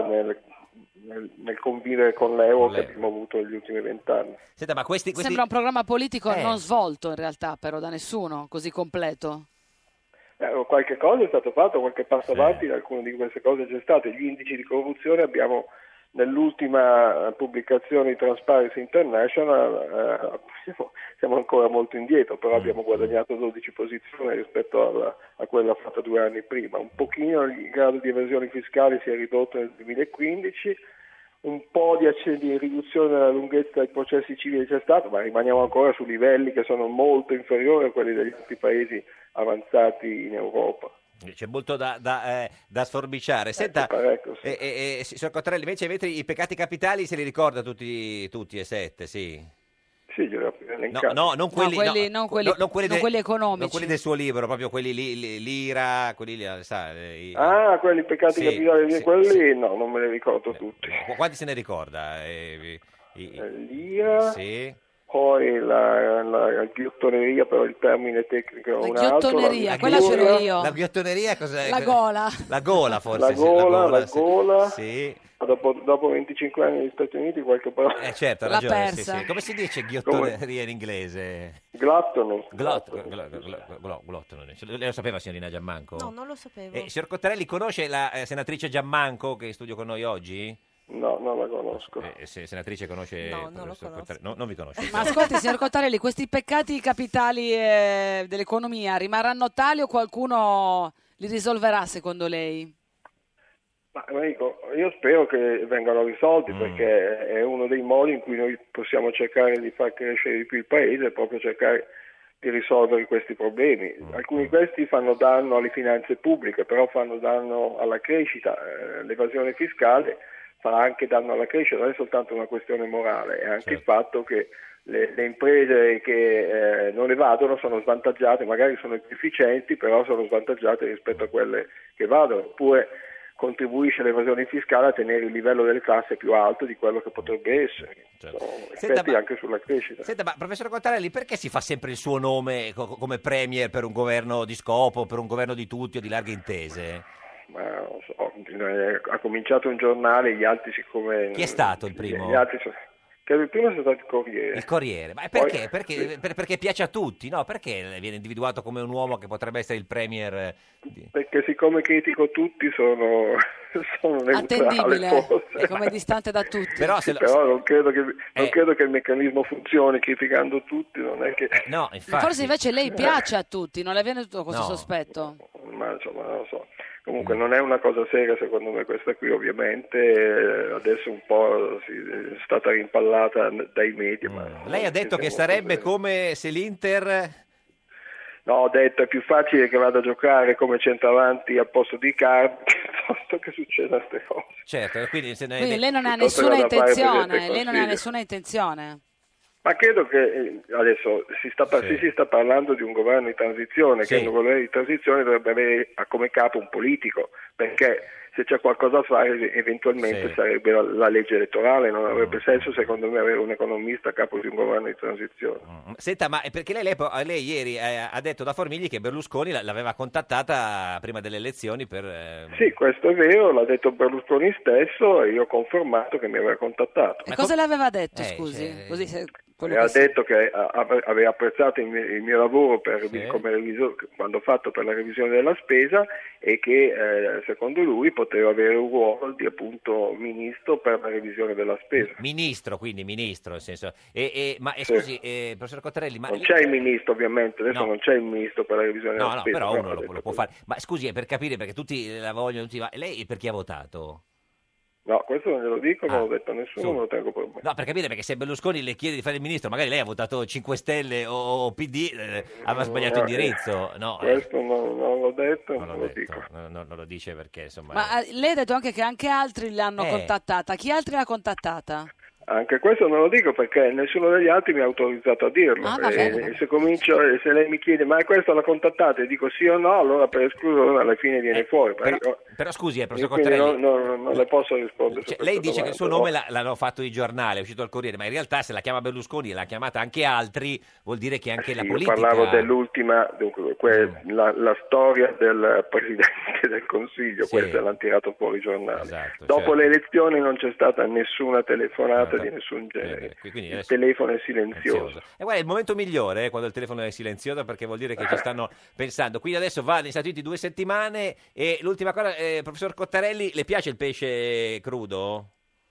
N: nel convivere con l'euro che abbiamo avuto negli ultimi 20 anni.
C: Senta, ma questi...
B: Sembra un programma politico non svolto in realtà, però da nessuno, così completo.
N: Qualche cosa è stato fatto, qualche passo avanti in alcune di queste cose c'è stato. Gli indici di corruzione abbiamo, nell'ultima pubblicazione di Transparency International, siamo ancora molto indietro, però abbiamo guadagnato 12 posizioni rispetto a quella fatta 2 anni prima. Un pochino il grado di evasione fiscale si è ridotto nel 2015, un po' di riduzione della lunghezza dei processi civili c'è stato, ma rimaniamo ancora su livelli che sono molto inferiori a quelli degli altri paesi avanzati in Europa.
C: C'è molto da sforbiciare. Senta, signor Cottarelli, invece i peccati capitali se li ricorda tutti e 7, sì?
N: Sì,
C: non quelli,
B: non quelli economici.
C: Non quelli del suo libro, proprio quelli l'ira, quelli lì, sa,
N: quelli peccati capitali, quelli no, non me li ricordo tutti.
C: Quanti se ne ricorda?
N: L'ira,
C: sì.
N: Poi la ghiottoneria, però il termine tecnico è un altro.
B: Ghiottoneria, quella ce l'ho io.
C: La ghiottoneria cos'è?
B: La gola.
C: La gola forse.
N: La gola.
C: Sì.
N: Dopo 25 anni negli Stati Uniti qualche parola.
C: Certo, ha ragione. Sì. Come si dice ghiottoneria in inglese?
N: Glottony.
C: Glottony. Lei lo sapeva, signorina Giammanco?
K: No, non lo sapevo.
C: Signor Cottarelli, conosce la senatrice Giammanco che è in studio con noi oggi?
N: No, non la conosco.
C: Senatrice, conosce?
K: No, non lo conosco.
C: Non vi conosce.
B: Ma ascolti, signor Cottarelli, questi peccati capitali dell'economia rimarranno tali o qualcuno li risolverà secondo lei?
N: Ma io spero che vengano risolti, perché è uno dei modi in cui noi possiamo cercare di far crescere di più il paese, proprio cercare di risolvere questi problemi. Alcuni di questi fanno danno alle finanze pubbliche, però fanno danno alla crescita. L'evasione fiscale fa anche danno alla crescita, non è soltanto una questione morale, è anche il fatto che le imprese che non evadono sono svantaggiate, magari sono più efficienti, però sono svantaggiate rispetto a quelle che evadono, oppure contribuisce l'evasione fiscale a tenere il livello delle tasse più alto di quello che potrebbe essere. Sono effetti anche sulla crescita.
C: Senta, ma professor Cottarelli, perché si fa sempre il suo nome come premier per un governo di scopo, per un governo di tutti o di larghe intese?
N: Ma non so, ha cominciato un giornale, gli altri siccome...
C: Chi è stato il primo?
N: Gli altri il primo è stato il Corriere.
C: Il Corriere, ma perché? Perché piace a tutti, no? Perché viene individuato come un uomo che potrebbe essere il premier?
N: Perché siccome critico tutti sono neutrale,
B: attendibile, è come distante da tutti.
N: Però non credo che il meccanismo funzioni criticando tutti, non è che...
C: No, infatti.
B: Forse invece lei piace a tutti, non le è venuto questo sospetto?
N: Ma insomma, non lo so. Comunque non è una cosa seria secondo me questa qui, ovviamente adesso un po' è stata rimpallata dai media. Ma
C: lei ha detto che sarebbe come se l'Inter...
N: No, ho detto è più facile che vada a giocare come centravanti al posto di Icardi piuttosto che succeda queste cose.
C: Certo, quindi
B: lei non ha nessuna intenzione,
N: Ma credo che adesso si sta parlando di un governo di transizione, che un governo di transizione dovrebbe avere come capo un politico, perché se c'è qualcosa da fare eventualmente sarebbe la legge elettorale, non avrebbe senso secondo me avere un economista a capo di un governo di transizione.
C: Senta, ma perché lei ieri ha detto da Formigli che Berlusconi l'aveva contattata prima delle elezioni per...
N: Sì, questo è vero, l'ha detto Berlusconi stesso e io ho confermato che mi aveva contattato.
B: E cosa le aveva detto, scusi? Così
N: ha detto che aveva apprezzato il mio lavoro come revisore, quando ho fatto per la revisione della spesa, e che secondo lui poteva avere un ruolo di appunto ministro per la revisione della spesa.
C: Ministro, nel senso. Scusi, professor Cottarelli, ma...
N: Non c'è il ministro ovviamente, adesso non c'è il ministro per la revisione della spesa.
C: No, però uno lo può fare. Ma scusi, per capire, perché tutti la vogliono, ma lei per chi ha votato?
N: No, questo non glielo dico, non l'ho detto a nessuno, me lo tengo per me.
C: No, per capire, perché se Berlusconi le chiede di fare il ministro, magari lei ha votato 5 Stelle o PD, aveva sbagliato indirizzo. No,
N: questo non l'ho detto, non lo dico.
C: Non lo dice perché, insomma...
B: Ma lei ha detto anche che anche altri l'hanno contattata. Chi altri l'ha contattata?
N: Anche questo non lo dico perché nessuno degli altri mi ha autorizzato a dirlo. Se lei mi chiede ma questo l'ha contattato e dico sì o no, allora per escluderlo alla fine viene fuori.
C: Però scusi, professor
N: Quindi
C: Cottarelli,
N: non le posso rispondere.
C: cioè, lei dice che il suo nome l'hanno fatto i giornali, è uscito al Corriere, ma in realtà se la chiama Berlusconi e l'ha chiamata anche altri, vuol dire che anche la
N: Io
C: politica...
N: parlavo dell'ultima, dunque, la storia del Presidente del Consiglio, questa l'hanno tirato fuori i giornali.
C: Esatto,
N: Dopo
C: certo.
N: le elezioni non c'è stata nessuna telefonata di nessun genere.
C: Quindi
N: Il
C: adesso-
N: telefono è silenzioso.
C: E guarda, è il momento migliore quando il telefono è silenzioso, perché vuol dire che ci stanno pensando. Quindi adesso va negli Stati Uniti 2 settimane e l'ultima cosa, professor Cottarelli, le piace il pesce crudo?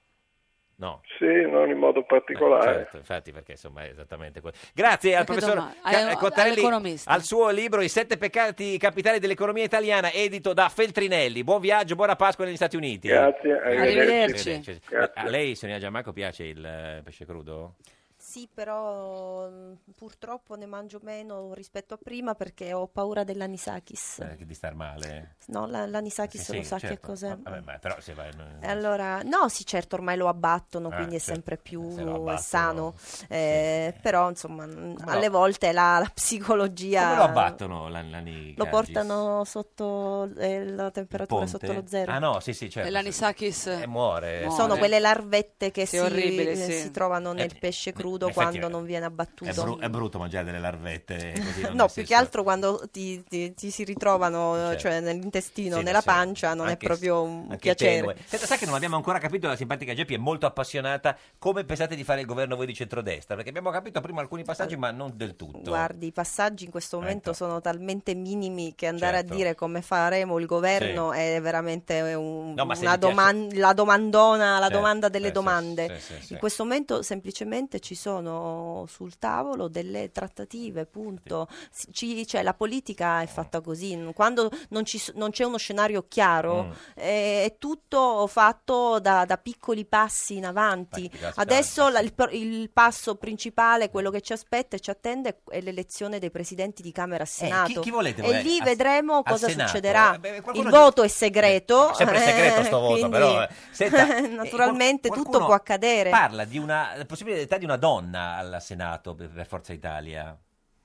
C: No.
N: Sì, non in modo particolare.
C: Certo, infatti, perché insomma è esattamente quello. Grazie al
B: Perché
C: professor Cottarelli
B: all'economista.
C: al suo libro I 7 peccati capitali dell'economia italiana, edito da Feltrinelli. Buon viaggio, buona Pasqua negli Stati Uniti.
N: Grazie,
B: arrivederci.
C: A lei, signorina Giammanco, piace il pesce crudo?
K: Sì, però purtroppo ne mangio meno rispetto a prima perché ho paura dell'anisakis.
C: Di star male?
K: No, l'anisakis
C: Sì,
K: lo sa
C: certo.
K: che cos'è.
C: Vabbè, ma però se vai...
K: E allora, no, sì, certo, ormai lo abbattono, quindi è
C: certo.
K: sempre più
C: Se lo abbattono,
K: sano. Però, insomma, alle volte la psicologia...
C: Come lo abbattono l'anisakis?
K: Lo portano sotto la temperatura
C: Ponte?
K: sotto lo zero.
C: Ah no, sì, certo.
B: E l'anisakis
C: muore.
K: Sono quelle larvette che
B: Sì, orribile, sì.
K: si trovano nel pesce crudo
C: in effetti
K: quando non viene abbattuto.
C: È brutto mangiare delle larvette così.
K: No,
C: nel
K: più
C: senso-
K: che altro quando ti si ritrovano,
C: Certo.
K: cioè nell'intestino,
C: Sì,
K: nella
C: sì.
K: pancia, non
C: Anche-
K: è proprio un
C: anche
K: piacere.
C: tenue. Senta, sa che non abbiamo ancora capito, la simpatica Geppi è molto appassionata, come pensate di fare il governo voi di centrodestra? Perché abbiamo capito prima alcuni passaggi, ma non del tutto.
K: Guardi, i passaggi in questo momento sono talmente minimi che andare
C: Certo.
K: a dire come faremo il governo
C: Sì.
K: è veramente
C: No, ma se
K: una
C: gli piace-
K: la domandona, la
C: Certo,
K: domanda delle
C: sì,
K: domande.
C: sì.
K: In questo momento semplicemente ci sono sul tavolo delle trattative, punto. Cioè, la politica è fatta così, quando non c'è uno scenario chiaro è tutto fatto da piccoli passi in avanti. Adesso il passo principale, quello che ci aspetta e ci attende è l'elezione dei presidenti di Camera e Senato.
C: chi volete
K: e
C: voi?
K: lì
C: Al-
K: vedremo
C: al
K: cosa
C: Senato?
K: succederà.
C: Qualcuno
K: Il voto è segreto.
C: Sempre segreto sto voto,
K: quindi,
C: però. Senta,
K: naturalmente
C: qualcuno
K: tutto può accadere.
C: Parla di una possibilità di una donna al Senato per Forza Italia.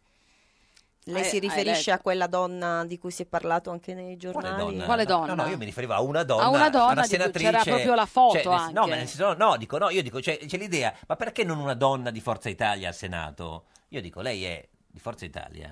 K: Lei si riferisce a quella donna di cui si è parlato anche nei giornali?
B: Quale donna?
C: No, io mi riferivo a una donna,
B: A una donna
C: una
B: di cui
C: senatrice.
B: c'era proprio la foto
C: cioè,
B: anche.
C: No, ma nel senso, no, dico, no, io dico, c'è l'idea, ma perché non una donna di Forza Italia al Senato? Io dico, lei è di Forza Italia,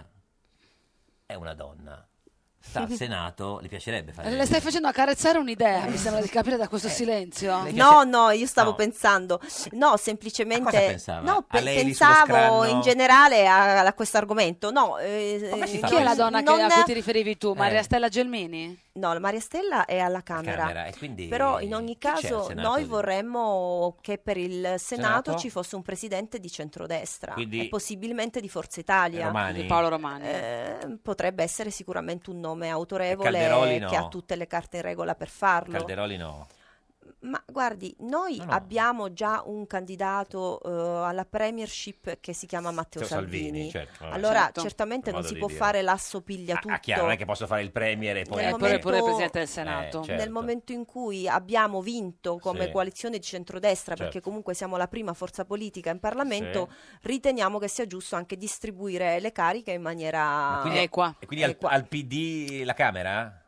C: è una donna, sta al Senato, le piacerebbe fare...
B: Le stai facendo accarezzare un'idea, mi sembra di capire da questo silenzio.
K: No, io stavo
C: No.
K: pensando, no, semplicemente,
C: A cosa pensava?
K: no,
C: A lei lì sullo
K: pensavo
C: scranno?
K: in generale a questo argomento. No,
C: si fa?
B: Chi è la donna
K: non-
B: a cui ti riferivi tu? Maria Stella Gelmini?
K: No, la Maria Stella è alla Camera,
C: e quindi
K: però in ogni
C: chi c'è al
K: caso
C: Senato
K: noi
C: di-
K: vorremmo che per il Senato
C: Senato?
K: ci fosse un presidente di centrodestra
C: Quindi-
K: e possibilmente di Forza Italia.
C: Romani?
B: Di Paolo Romani.
K: Potrebbe essere sicuramente un nome autorevole
C: Calderoli no.
K: che ha tutte le carte in regola per farlo.
C: Calderoli no.
K: Ma guardi, noi abbiamo già un candidato alla premiership che si chiama Matteo Salvini.
C: certo, vabbè.
K: Allora,
B: Certo.
K: certamente non
C: Modo
K: si
C: di
K: può
C: dire.
K: fare l'asso piglia tutto.
C: Chiaro, non è che posso fare il premier e poi...
K: Nel
C: anche-
K: momento-
B: Pure il Presidente del Senato.
C: certo.
K: Nel momento in cui abbiamo vinto come
C: Sì.
K: coalizione di centrodestra,
C: Certo.
K: perché comunque siamo la prima forza politica in Parlamento, riteniamo che sia giusto anche distribuire le cariche in maniera
C: Quindi-
B: Equa.
C: E quindi al PD la Camera?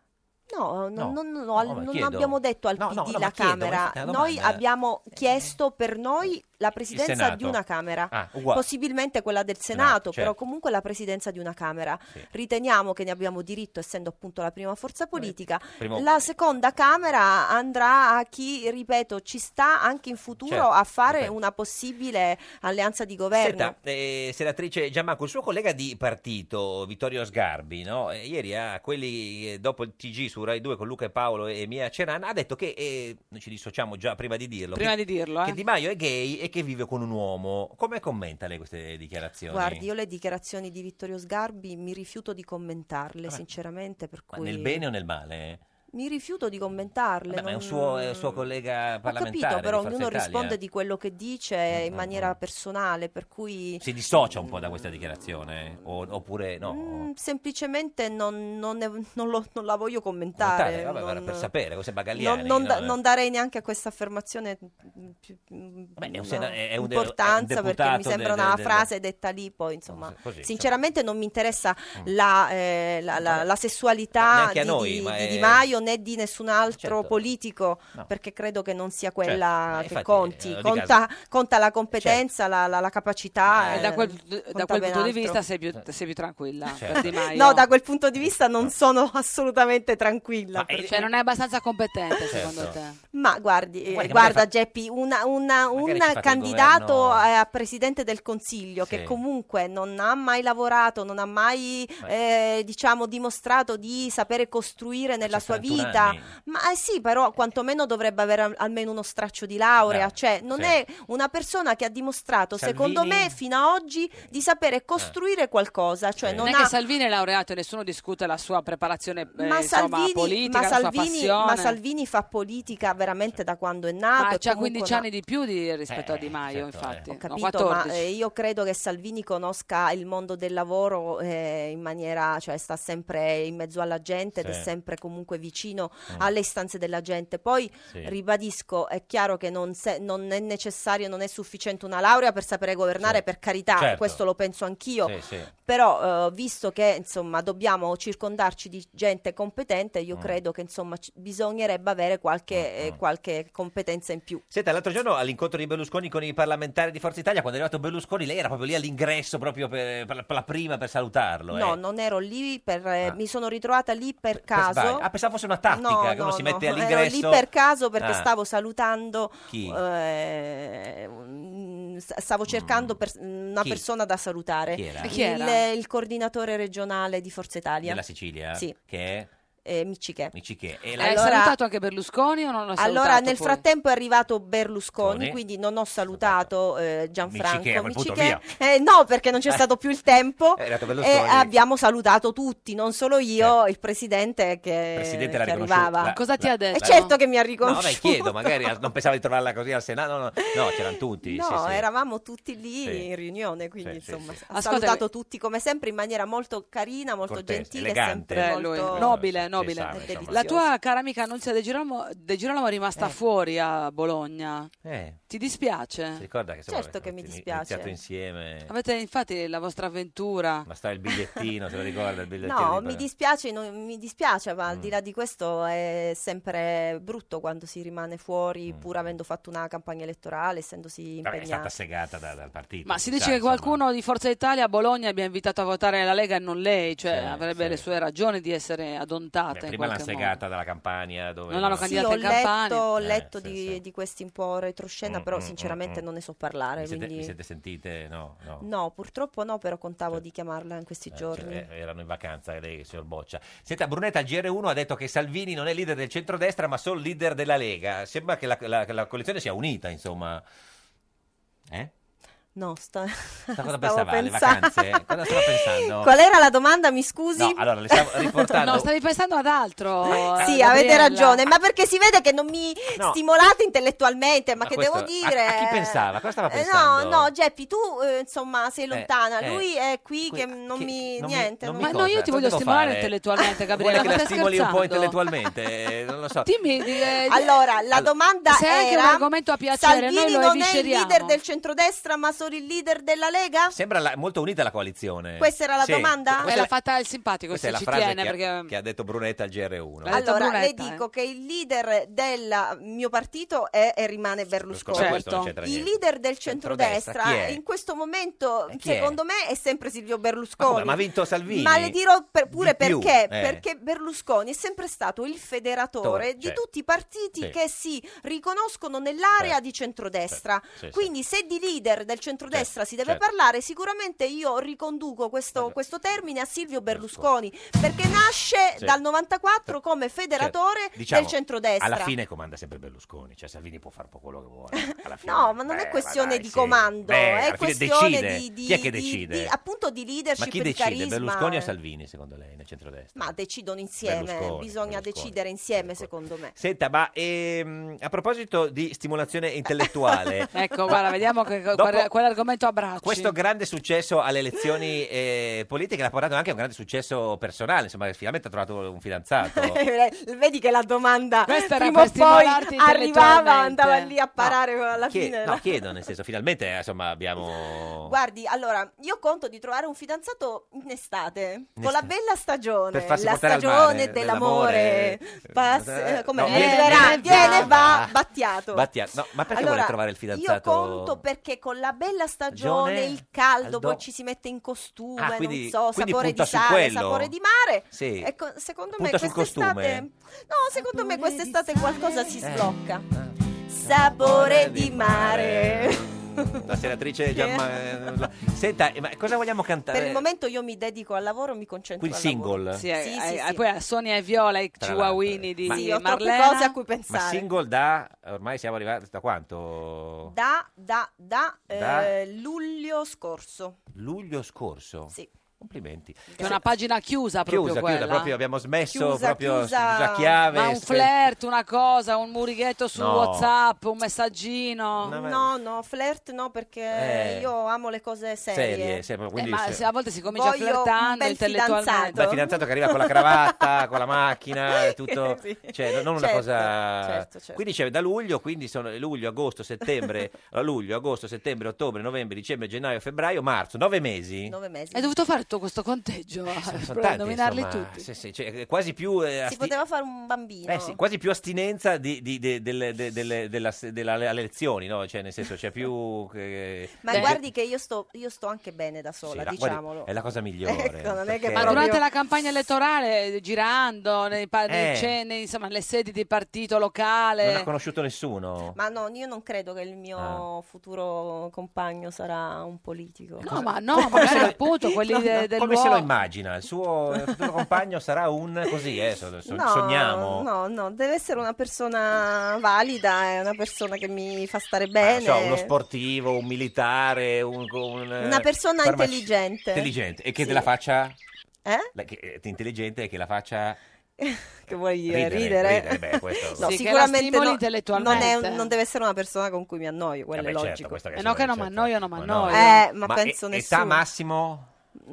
K: No,
C: No.
K: non
C: ma chiedo.
K: abbiamo detto al
C: No,
K: PD
C: no, ma
K: la
C: chiedo,
K: Camera,
C: è una
K: noi
C: domanda.
K: abbiamo chiesto per noi la presidenza
C: Senato.
K: di una Camera,
C: Ah, uguale.
K: possibilmente quella del Senato, però
C: certo.
K: comunque la presidenza di una Camera.
C: Sì.
K: Riteniamo che ne abbiamo diritto, essendo appunto la prima forza politica.
C: Primo-
K: La seconda Camera andrà a chi, ripeto, ci sta anche in futuro
C: Certo,
K: a fare
C: ripeto.
K: una possibile alleanza di governo.
C: Senta, senatrice Giammanco, il suo collega di partito, Vittorio Sgarbi, no? Ieri a quelli dopo il TG su Rai 2 con Luca e Paolo e Mia Ceran ha detto che, noi ci dissociamo già prima di dirlo,
B: Prima
C: che,
B: di dirlo,
C: che Di Maio è gay e che vive con un uomo. Come commenta lei queste dichiarazioni?
K: Guardi, io le dichiarazioni di Vittorio Sgarbi mi rifiuto di commentarle, sinceramente, per
C: Ma
K: cui...
C: nel bene o nel male?
K: Mi rifiuto di commentarle.
C: Vabbè, ma è un suo collega
K: Ho
C: parlamentare.
K: capito, però
C: di Forza
K: ognuno
C: Italia.
K: risponde di quello che dice in maniera personale, per cui
C: Si dissocia un po' da questa dichiarazione? Oppure no?
K: semplicemente non la voglio commentare.
C: Vabbè, per sapere, cose Bagagliani.
K: Non darei neanche a questa affermazione importanza, perché mi sembra una frase detta lì, poi insomma,
C: così,
K: sinceramente non mi interessa la sessualità
C: neanche a noi,
K: di
C: ma
K: Di
C: è-
K: Maio né di nessun altro
C: Certo.
K: politico,
C: No.
K: perché credo che non sia quella
C: Certo,
K: che
C: infatti,
K: conti.
C: di
K: Conta la competenza, la capacità.
B: E da quel
K: conta
B: punto
K: ben
B: di
K: altro.
B: vista sei più tranquilla
C: Certo.
B: per Di Maio.
K: No, da quel punto di vista non sono assolutamente tranquilla.
B: Cioè non è abbastanza competente secondo
C: Certo.
B: te?
K: Ma guardi,
C: Guardi che
K: guarda
C: magari
K: Geppi, un
C: ci fate il
K: candidato
C: governo-
K: a Presidente del Consiglio
C: Sì.
K: che comunque non ha mai lavorato, non ha mai diciamo dimostrato di sapere costruire nella sua
C: 31
K: vita,
C: anni.
K: ma sì, però quantomeno dovrebbe avere almeno uno straccio di laurea,
C: No,
K: cioè non
C: sì.
K: è una persona che ha dimostrato, secondo
C: Salvini?
K: me, fino a oggi di sapere costruire qualcosa, cioè
B: Non
K: non
B: è che
K: ha...
B: Salvini è laureato e nessuno discute la sua preparazione
K: Ma
B: insomma, politica, la sua passione.
K: ma Salvini fa politica veramente da quando è nato.
B: Ma
K: e
B: c'ha
K: comunque
B: 15 anni di più rispetto a Di Maio,
C: certo,
B: infatti.
K: Ho
B: No,
K: capito,
B: 14.
K: ma io credo che Salvini conosca il mondo del lavoro in maniera, cioè sta sempre in mezzo alla gente ed è
C: Sì.
K: sempre comunque vicino alle istanze della gente. Poi
C: Sì.
K: ribadisco, è chiaro che non è necessario, non è sufficiente una laurea per sapere governare, per carità,
C: Certo.
K: questo lo penso anch'io.
C: Sì, sì.
K: Però visto che insomma dobbiamo circondarci di gente competente, io credo che insomma bisognerebbe avere qualche competenza in più.
C: Senta, l'altro giorno all'incontro di Berlusconi con i parlamentari di Forza Italia, quando è arrivato Berlusconi, lei era proprio lì all'ingresso, proprio per la prima, per salutarlo.
K: No, non ero lì mi sono ritrovata lì per caso.
C: sbaglio. Ah, pensavo fosse una tattica, che uno si mette all'ingresso.
K: Ero lì per caso perché
C: Ah.
K: stavo salutando
C: Chi?
K: stavo cercando una
C: Chi?
K: persona da salutare.
C: Chi era?
B: E chi era?
K: Il coordinatore regionale di Forza Italia.
C: Della Sicilia?
K: Sì.
C: Che è?
K: Miccichè.
C: Miccichè. E
B: Hai salutato anche Berlusconi o non l'hai salutato?
K: Allora, nel
B: poi?
K: frattempo è arrivato Berlusconi,
C: Berlusconi.
K: quindi non ho salutato Gianfranco
C: Miccichè, a quel punto
K: Miccichè. No, perché non c'è stato più il tempo.
C: È arrivato
K: E
C: Berlusconi.
K: abbiamo salutato tutti, non solo io, il presidente che
C: Presidente l'ha
K: che
C: riconosciuto.
K: arrivava.
B: Cosa ti ha detto?
K: Certo che mi ha
C: No,
K: riconosciuto.
C: vabbè, chiedo, magari non pensava di trovarla così al Senato. No, c'erano tutti.
K: No,
C: sì, sì.
K: eravamo tutti lì
C: Sì.
K: in riunione, quindi
C: Sì, sì,
K: insomma
C: sì.
K: ha
B: Ascolta,
K: salutato tutti come sempre in maniera molto carina, molto
C: Cortese,
K: gentile,
C: elegante.
K: sempre
B: Lui,
K: molto
B: nobile.
C: Sa,
K: e
C: insomma.
K: delizioso.
B: La tua cara amica Annunzia De Girolamo è rimasta fuori a Bologna. Ti dispiace?
C: Si ricorda che insomma,
K: Certo che mi
C: avete
K: dispiace.
C: iniziato insieme.
B: Avete infatti la vostra avventura.
C: Ma stava il bigliettino, se lo ricorda il bigliettino?
K: No,
C: di-
K: mi dispiace, ma al di là di questo è sempre brutto quando si rimane fuori, pur avendo fatto una campagna elettorale, essendosi
C: Vabbè, è stata
K: impegnati.
C: segata dal partito.
B: Ma si
C: sa,
B: dice che
C: insomma.
B: qualcuno di Forza Italia a Bologna abbia invitato a votare la Lega e non lei, cioè
C: Sì,
B: avrebbe
C: sì.
B: le sue ragioni di essere adontata in
C: Prima l'hanno
B: qualche
C: segata dalla campagna dove
B: Non l'hanno
K: Sì,
B: candidata
K: ho
B: in Campania.
K: letto
C: sì,
K: di,
C: sì.
K: di questi un po' retroscena, però sinceramente non ne so parlare.
C: Vi
K: Quindi...
C: siete sentite? No.
K: No, purtroppo no, però contavo di chiamarla in questi giorni.
C: Cioè, erano in vacanza lei, signor Boccia. Senta, Brunetta al GR1 ha detto che Salvini non è leader del centrodestra ma solo leader della Lega. Sembra che la coalizione sia unita, insomma.
K: No,
C: Cosa
K: stavo
C: pensava? Le
K: pensando.
C: vacanze? Cosa stava pensando?
K: Qual era la domanda, mi scusi?
C: No, allora le stavo riportando.
B: No, stavi pensando ad altro.
K: Sì,
B: Gabriella.
K: avete ragione, ma perché si vede che non mi
C: No.
K: stimolate intellettualmente, ma che
C: questo-
K: devo dire?
C: a chi pensava? Cosa stava
K: No,
C: pensando?
K: no, Geppi, tu insomma sei lontana, lui è qui
C: Qui-
K: che non
C: che-
K: mi...
C: non mi-
K: niente.
C: non
K: non
C: mi
K: mi-
B: Ma no, io ti
C: Cosa
B: voglio
C: devo
B: stimolare
C: fare?
B: intellettualmente, Gabriella.
C: Vuole che
B: ma
C: la
B: stai
C: stimoli un po'
B: scherzando?
C: intellettualmente? Non lo so.
B: Dimmi,
K: Allora, la domanda
B: se è anche
K: era
B: un argomento a piacere,
K: Salvini
B: noi lo
K: non è il
B: evisceriamo.
K: leader del centrodestra, ma solo il leader della Lega?
C: Sembra molto unita la coalizione.
K: Questa era la
C: Sì.
K: domanda?
B: L'ha fatta il simpatico,
C: Questa è
B: se
C: la
B: ci
C: frase
B: tiene,
C: che,
B: perché...
C: che ha detto Brunetta al GR1.
B: L'ha detto
K: Allora, le
B: Brunetta,
K: dico che il leader del mio partito è e rimane Berlusconi.
C: Questo non c'entra
K: Il
C: niente.
K: leader del
C: Centrodestra,
K: centrodestra
C: chi è?
K: in questo momento,
C: Chi è?
K: secondo me, è sempre Silvio
C: Ma,
K: Berlusconi.
C: come, ma ha vinto Salvini?
K: Ma le dirò pure
C: Di più,
K: perché.
C: eh.
K: Perché Berlusconi è sempre stato il federatore di
C: Cioè,
K: tutti i partiti
C: sì.
K: che si riconoscono nell'area
C: Certo,
K: di centrodestra.
C: sì, sì.
K: Quindi se di leader del centrodestra si deve parlare, sicuramente io riconduco questo termine a Silvio Berlusconi, perché nasce dal 94 come federatore del centrodestra.
C: Alla fine comanda sempre Berlusconi, cioè Salvini può fare un po' quello che vuole. Alla fine.
K: No, ma non è questione di comando, è questione
C: decide. Chi è che decide?
K: Appunto di leadership,
C: ma chi
K: di
C: decide?
K: carisma.
C: Berlusconi o Salvini, secondo lei, nel centrodestra?
K: Ma decidono insieme, bisogna decidere insieme, secondo me.
C: Senta, ma a proposito di stimolazione intellettuale,
B: ecco, guarda, vediamo quell'argomento abbracci.
C: Questo grande successo alle elezioni politiche l'ha portato anche a un grande successo personale, insomma, finalmente ha trovato un fidanzato.
K: Vedi che la domanda
B: Questa era
K: prima o
B: per
K: poi
B: stimolarti
K: arrivava, andava lì a parare alla fine.
C: No, chiedo, nel senso, finalmente, insomma, abbiamo...
K: Guardi, allora, io conto di trovare un fidanzato in estate, con la bella stagione,
C: per farsi
K: la
C: portare al
K: stagione
C: mare,
K: dell'amore.
C: No,
K: Viene, va, Battiato.
C: No, ma perché vuole trovare il fidanzato?
K: Io conto perché con la bella stagione, il caldo, poi ci si mette in costume,
C: quindi,
K: non so, sapore di sale, sapore di mare.
C: Sì.
K: Ecco, secondo me
C: punta sul costume.
K: No, secondo me quest'estate qualcosa si sblocca. Sapore di mare.
C: La senatrice Senta, ma cosa vogliamo cantare?
K: Per il momento io mi dedico al lavoro, mi concentro
C: Quindi
K: al
C: single?
K: lavoro.
B: Sì. Poi a Sonia e Viola, i chihuahuini di
K: sì, ho
B: Marlena.
K: troppe cose a cui pensare.
C: Ma single ormai siamo arrivati da quanto?
K: Da luglio scorso.
C: Luglio scorso?
K: Sì.
C: Complimenti.
B: È una pagina chiusa proprio quella.
C: Proprio abbiamo smesso
K: chiusa
C: a chiave.
B: Ma un flirt, una cosa, un murighetto su
C: No.
B: WhatsApp, un messaggino.
K: No, flirt no, perché io amo le cose serie.
C: Quindi
B: ma a volte si comincia
K: Voglio
B: flirtando
K: un bel
B: intellettualmente.
C: il fidanzato che arriva con la cravatta, con la macchina, tutto,
K: Sì.
C: cioè non una
K: Certo,
C: cosa.
K: certo.
C: Quindi c'è da luglio, quindi sono luglio, agosto, settembre, luglio, agosto, settembre, ottobre, novembre, dicembre, gennaio, febbraio, marzo, 9 mesi.
K: 9 mesi.
B: Hai dovuto fare tutto questo conteggio
C: Sono
B: per
C: tanti,
B: nominarli
C: insomma.
B: tutti.
C: Sì, cioè, quasi più
K: Si poteva fare un bambino.
C: sì, quasi più astinenza delle elezioni, no? Cioè, nel senso, c'è più.
K: Ma guardi che io sto anche bene da sola,
C: Sì,
K: diciamolo.
C: guardi, è la cosa migliore.
K: Ecco, non è che
B: Ma
K: proprio-
B: durante la campagna elettorale, girando nei
C: Eh.
B: insomma, nelle sedi di partito locale.
C: Non ha conosciuto nessuno.
K: Ma no, io non credo che il mio futuro compagno sarà un politico.
B: No, ma no, magari appunto quelli del
C: Come se
B: luogo.
C: lo immagina? Il suo futuro compagno sarà un così, sogniamo.
K: No, deve essere una persona valida, è una persona che mi fa stare bene.
C: Uno sportivo, un militare,
K: Una persona intelligente.
C: Intelligente. E che
K: Sì.
C: te la faccia.
K: Eh?
C: Che è intelligente e che la faccia.
K: Che vuoi dire?
C: Ridere, beh, questo-
K: No,
B: Sì, che la
K: sicuramente
B: stimoli
K: no,
B: intellettualmente.
K: non deve essere una persona con cui mi annoio, quello è
C: certo,
K: logico.
C: questo che
B: no, che non
C: certo.
B: mi annoio, non mi annoio.
K: Ma penso
C: età
K: nessuno.
C: massimo?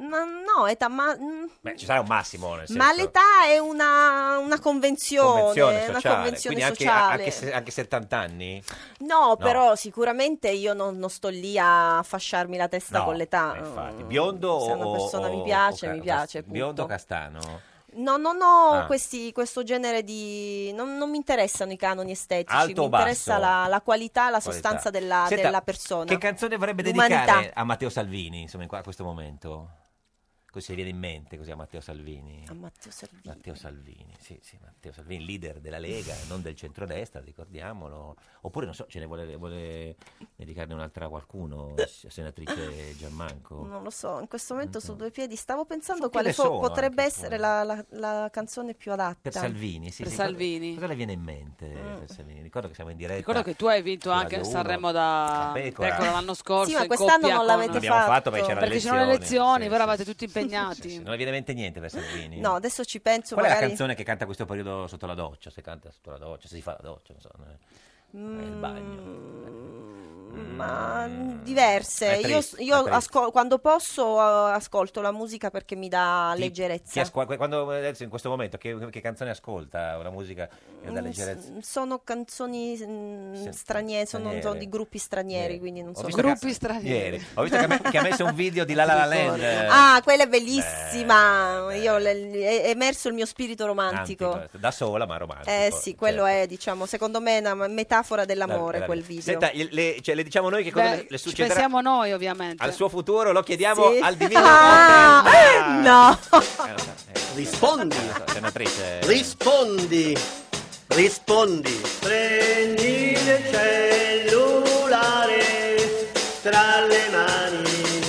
K: No, età
C: Beh, ci sarà un massimo, nel senso.
K: ma l'età è una convenzione,
C: Convenzione
K: una
C: sociale.
K: convenzione
C: Quindi
K: sociale.
C: anche 70 anni?
K: No, però sicuramente io non sto lì a fasciarmi la testa
C: No,
K: con l'età.
C: Infatti. Biondo
K: Se una
C: o
K: persona mi piace, mi piace.
C: Biondo o
K: punto.
C: castano?
K: No, non ho
C: Ah.
K: questo genere di... Non mi interessano i canoni estetici,
C: Alto
K: mi
C: o basso?
K: interessa la qualità, la sostanza della
C: Senta,
K: persona.
C: Che canzone vorrebbe
K: L'umanità.
C: dedicare a Matteo Salvini, insomma, a questo momento? Così viene in mente, così a Matteo Salvini.
K: A Matteo Salvini.
C: Matteo Salvini, sì, Matteo Salvini, leader della Lega, non del centrodestra, ricordiamolo. Oppure, non so, ce ne vuole dedicarne un'altra a qualcuno, senatrice Giammanco?
K: Non lo so, in questo momento su due piedi stavo pensando
C: Su
K: quale
C: piede sono
K: potrebbe
C: anche,
K: essere la canzone più adatta.
C: Per Salvini, sì.
B: Per
C: sì,
B: Salvini.
C: Cosa le viene in mente per Salvini? Ricordo che siamo in diretta.
B: Ricordo che tu hai vinto
C: su
B: anche
C: Radio
B: Sanremo
C: 1.
B: da
C: La Pecora.
B: Pecora l'anno scorso.
K: Sì, ma
B: in
K: quest'anno
B: coppia
K: non l'avete
C: L'abbiamo fatto perché c'erano
B: perché ci sono le elezioni,
C: sì,
B: voi eravate tutti impegnati.
C: Non le viene in mente niente per Salvini?
K: No, adesso ci penso.
C: Qual è la
K: magari...
C: canzone che canta questo periodo sotto la doccia? Se canta sotto la doccia, se si fa la doccia, non so. Il bagno.
K: Ma diverse.
C: È triste,
K: Io
C: è triste.
K: quando posso ascolto la musica perché mi dà leggerezza.
C: Quando adesso in questo momento che canzone ascolta? Una musica che dà leggerezza?
K: Sono canzoni straniere, sono di gruppi stranieri, quindi non
C: Ho
K: so.
C: visto
B: Gruppi
C: che-
B: stranieri.
C: Ieri. Ho visto che ha messo un video di La La Land.
K: Ah, quella è bellissima. È emerso il mio spirito romantico.
C: Da sola ma romantico.
K: Sì, quello è, diciamo, secondo me una metafora dell'amore, quel video.
C: Senta, le diciamo noi che cosa
B: Beh,
C: le
B: ci
C: succederà
B: pensiamo noi, ovviamente.
C: al suo futuro, lo chiediamo
K: Sì.
C: al divino
K: No.
O: Rispondi.
C: Senatrice.
O: Rispondi. Prendi il cellulare, tra le mani.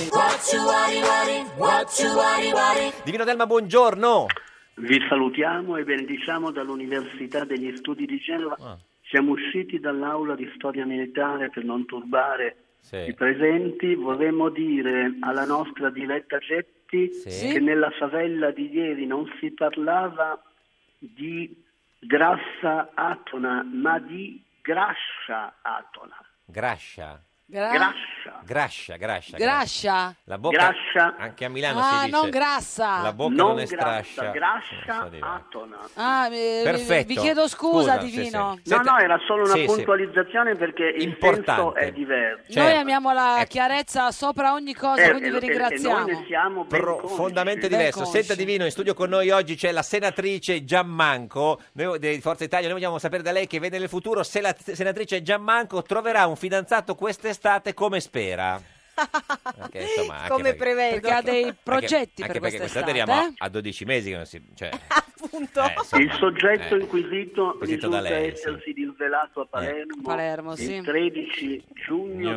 C: Divino Delma, buongiorno.
O: Vi salutiamo e benediciamo dall'Università degli Studi di Genova. Siamo usciti dall'aula di storia militare per non turbare i presenti. Vorremmo dire alla nostra Diletta Getti che nella favela di ieri non si parlava di grassa atona, ma di grascia atona.
C: Grascia.
B: Grascia.
C: La bocca,
O: grascia.
C: anche a Milano si dice.
B: Non grassa.
C: La bocca non è strascia.
O: Grascia atona.
C: Perfetto.
B: Vi chiedo scusa,
C: Divino.
B: Divino.
O: No, era solo una puntualizzazione perché il senso è diverso.
B: Noi amiamo la chiarezza sopra ogni cosa, quindi vi ringraziamo.
O: Noi ne siamo
C: profondamente diverso. Senta Divino, in studio con noi oggi c'è la senatrice Giammanco di Forza Italia. Noi vogliamo sapere da lei, che vede nel futuro, se la senatrice Giammanco troverà un fidanzato quest'estate come spera. Perché, insomma,
K: come prevede,
B: perché ha dei progetti
C: anche
B: per
C: perché
B: quest'estate.
C: arriviamo a 12 mesi che non si, cioè,
K: appunto
O: il soggetto inquisito
C: da
O: risulta
C: lei,
O: essersi disvelato a Palermo,
B: sì.
O: il 13 giugno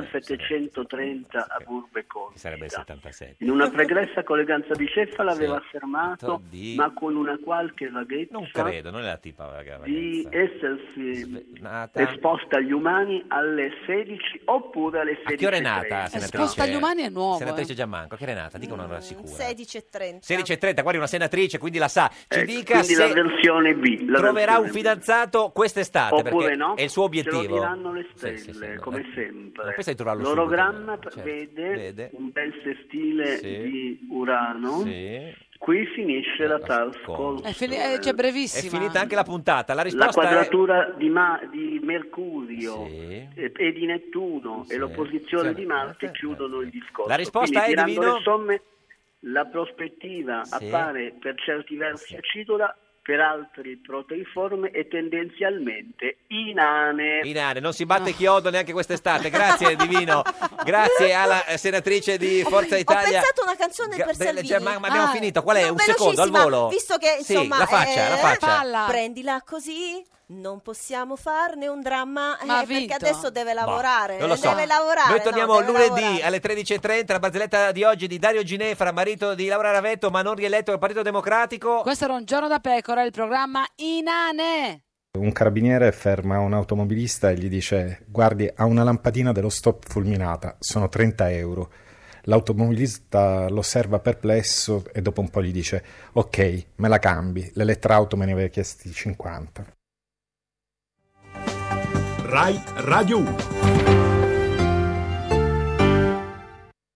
O: 2730 a Burbe Conti.
C: Sarebbe il 77.
O: In una pregressa colleganza bicefala aveva affermato, ma con una qualche vaghezza,
C: non credo, non è la tipa
O: di essersi esposta agli umani alle 16 oppure alle 16:30.
C: A che ora è nata,
B: Esposta agli umani è nuovo.
C: Senatrice Giammanco, che era nata? Dica un'ora sicura.
K: 16:30.
C: 16:30, guardi, una senatrice, quindi la sa. Ci dica
O: quindi
C: se
O: la versione B.
C: troverà un fidanzato quest'estate,
O: oppure
C: perché
O: no,
C: è il suo obiettivo.
O: Ce lo diranno le stelle, come sempre.
C: Pensa di trovarlo
O: L'orogramma
C: subito,
O: vede un bel sestile di Urano. Qui finisce la Task.
B: C'è brevissima.
C: È finita anche la puntata. La risposta
O: quadratura di Mercurio e di Nettuno e l'opposizione di Marte chiudono il discorso.
C: La risposta
O: quindi,
C: è, Divino?
O: le somme, la prospettiva appare per certi versi acidula, per altri proteiforme e tendenzialmente inane.
C: Non si batte chiodo neanche quest'estate. Grazie Divino, grazie alla senatrice di Forza Italia.
K: Ho pensato una canzone per Salvini.
C: Ma abbiamo finito, qual è? Un secondo al volo.
K: Visto che insomma
C: la faccia.
K: Prendila così. Non possiamo farne un dramma perché
B: vinto.
K: adesso deve lavorare.
C: Non lo so.
K: Deve lavorare.
C: Noi torniamo
K: deve
C: lunedì
K: lavorare.
C: alle 13:30. La barzelletta di oggi di Dario Ginefra, marito di Laura Ravetto, ma non rieletto dal Partito Democratico.
B: Questo era Un giorno da pecora, il programma Inane.
P: Un carabiniere ferma un automobilista e gli dice: guardi, ha una lampadina dello stop fulminata, sono 30 euro. L'automobilista lo osserva perplesso e dopo un po' gli dice: ok, me la cambi, l'elettrauto me ne aveva chiesti 50.
Q: Rai Radio 1.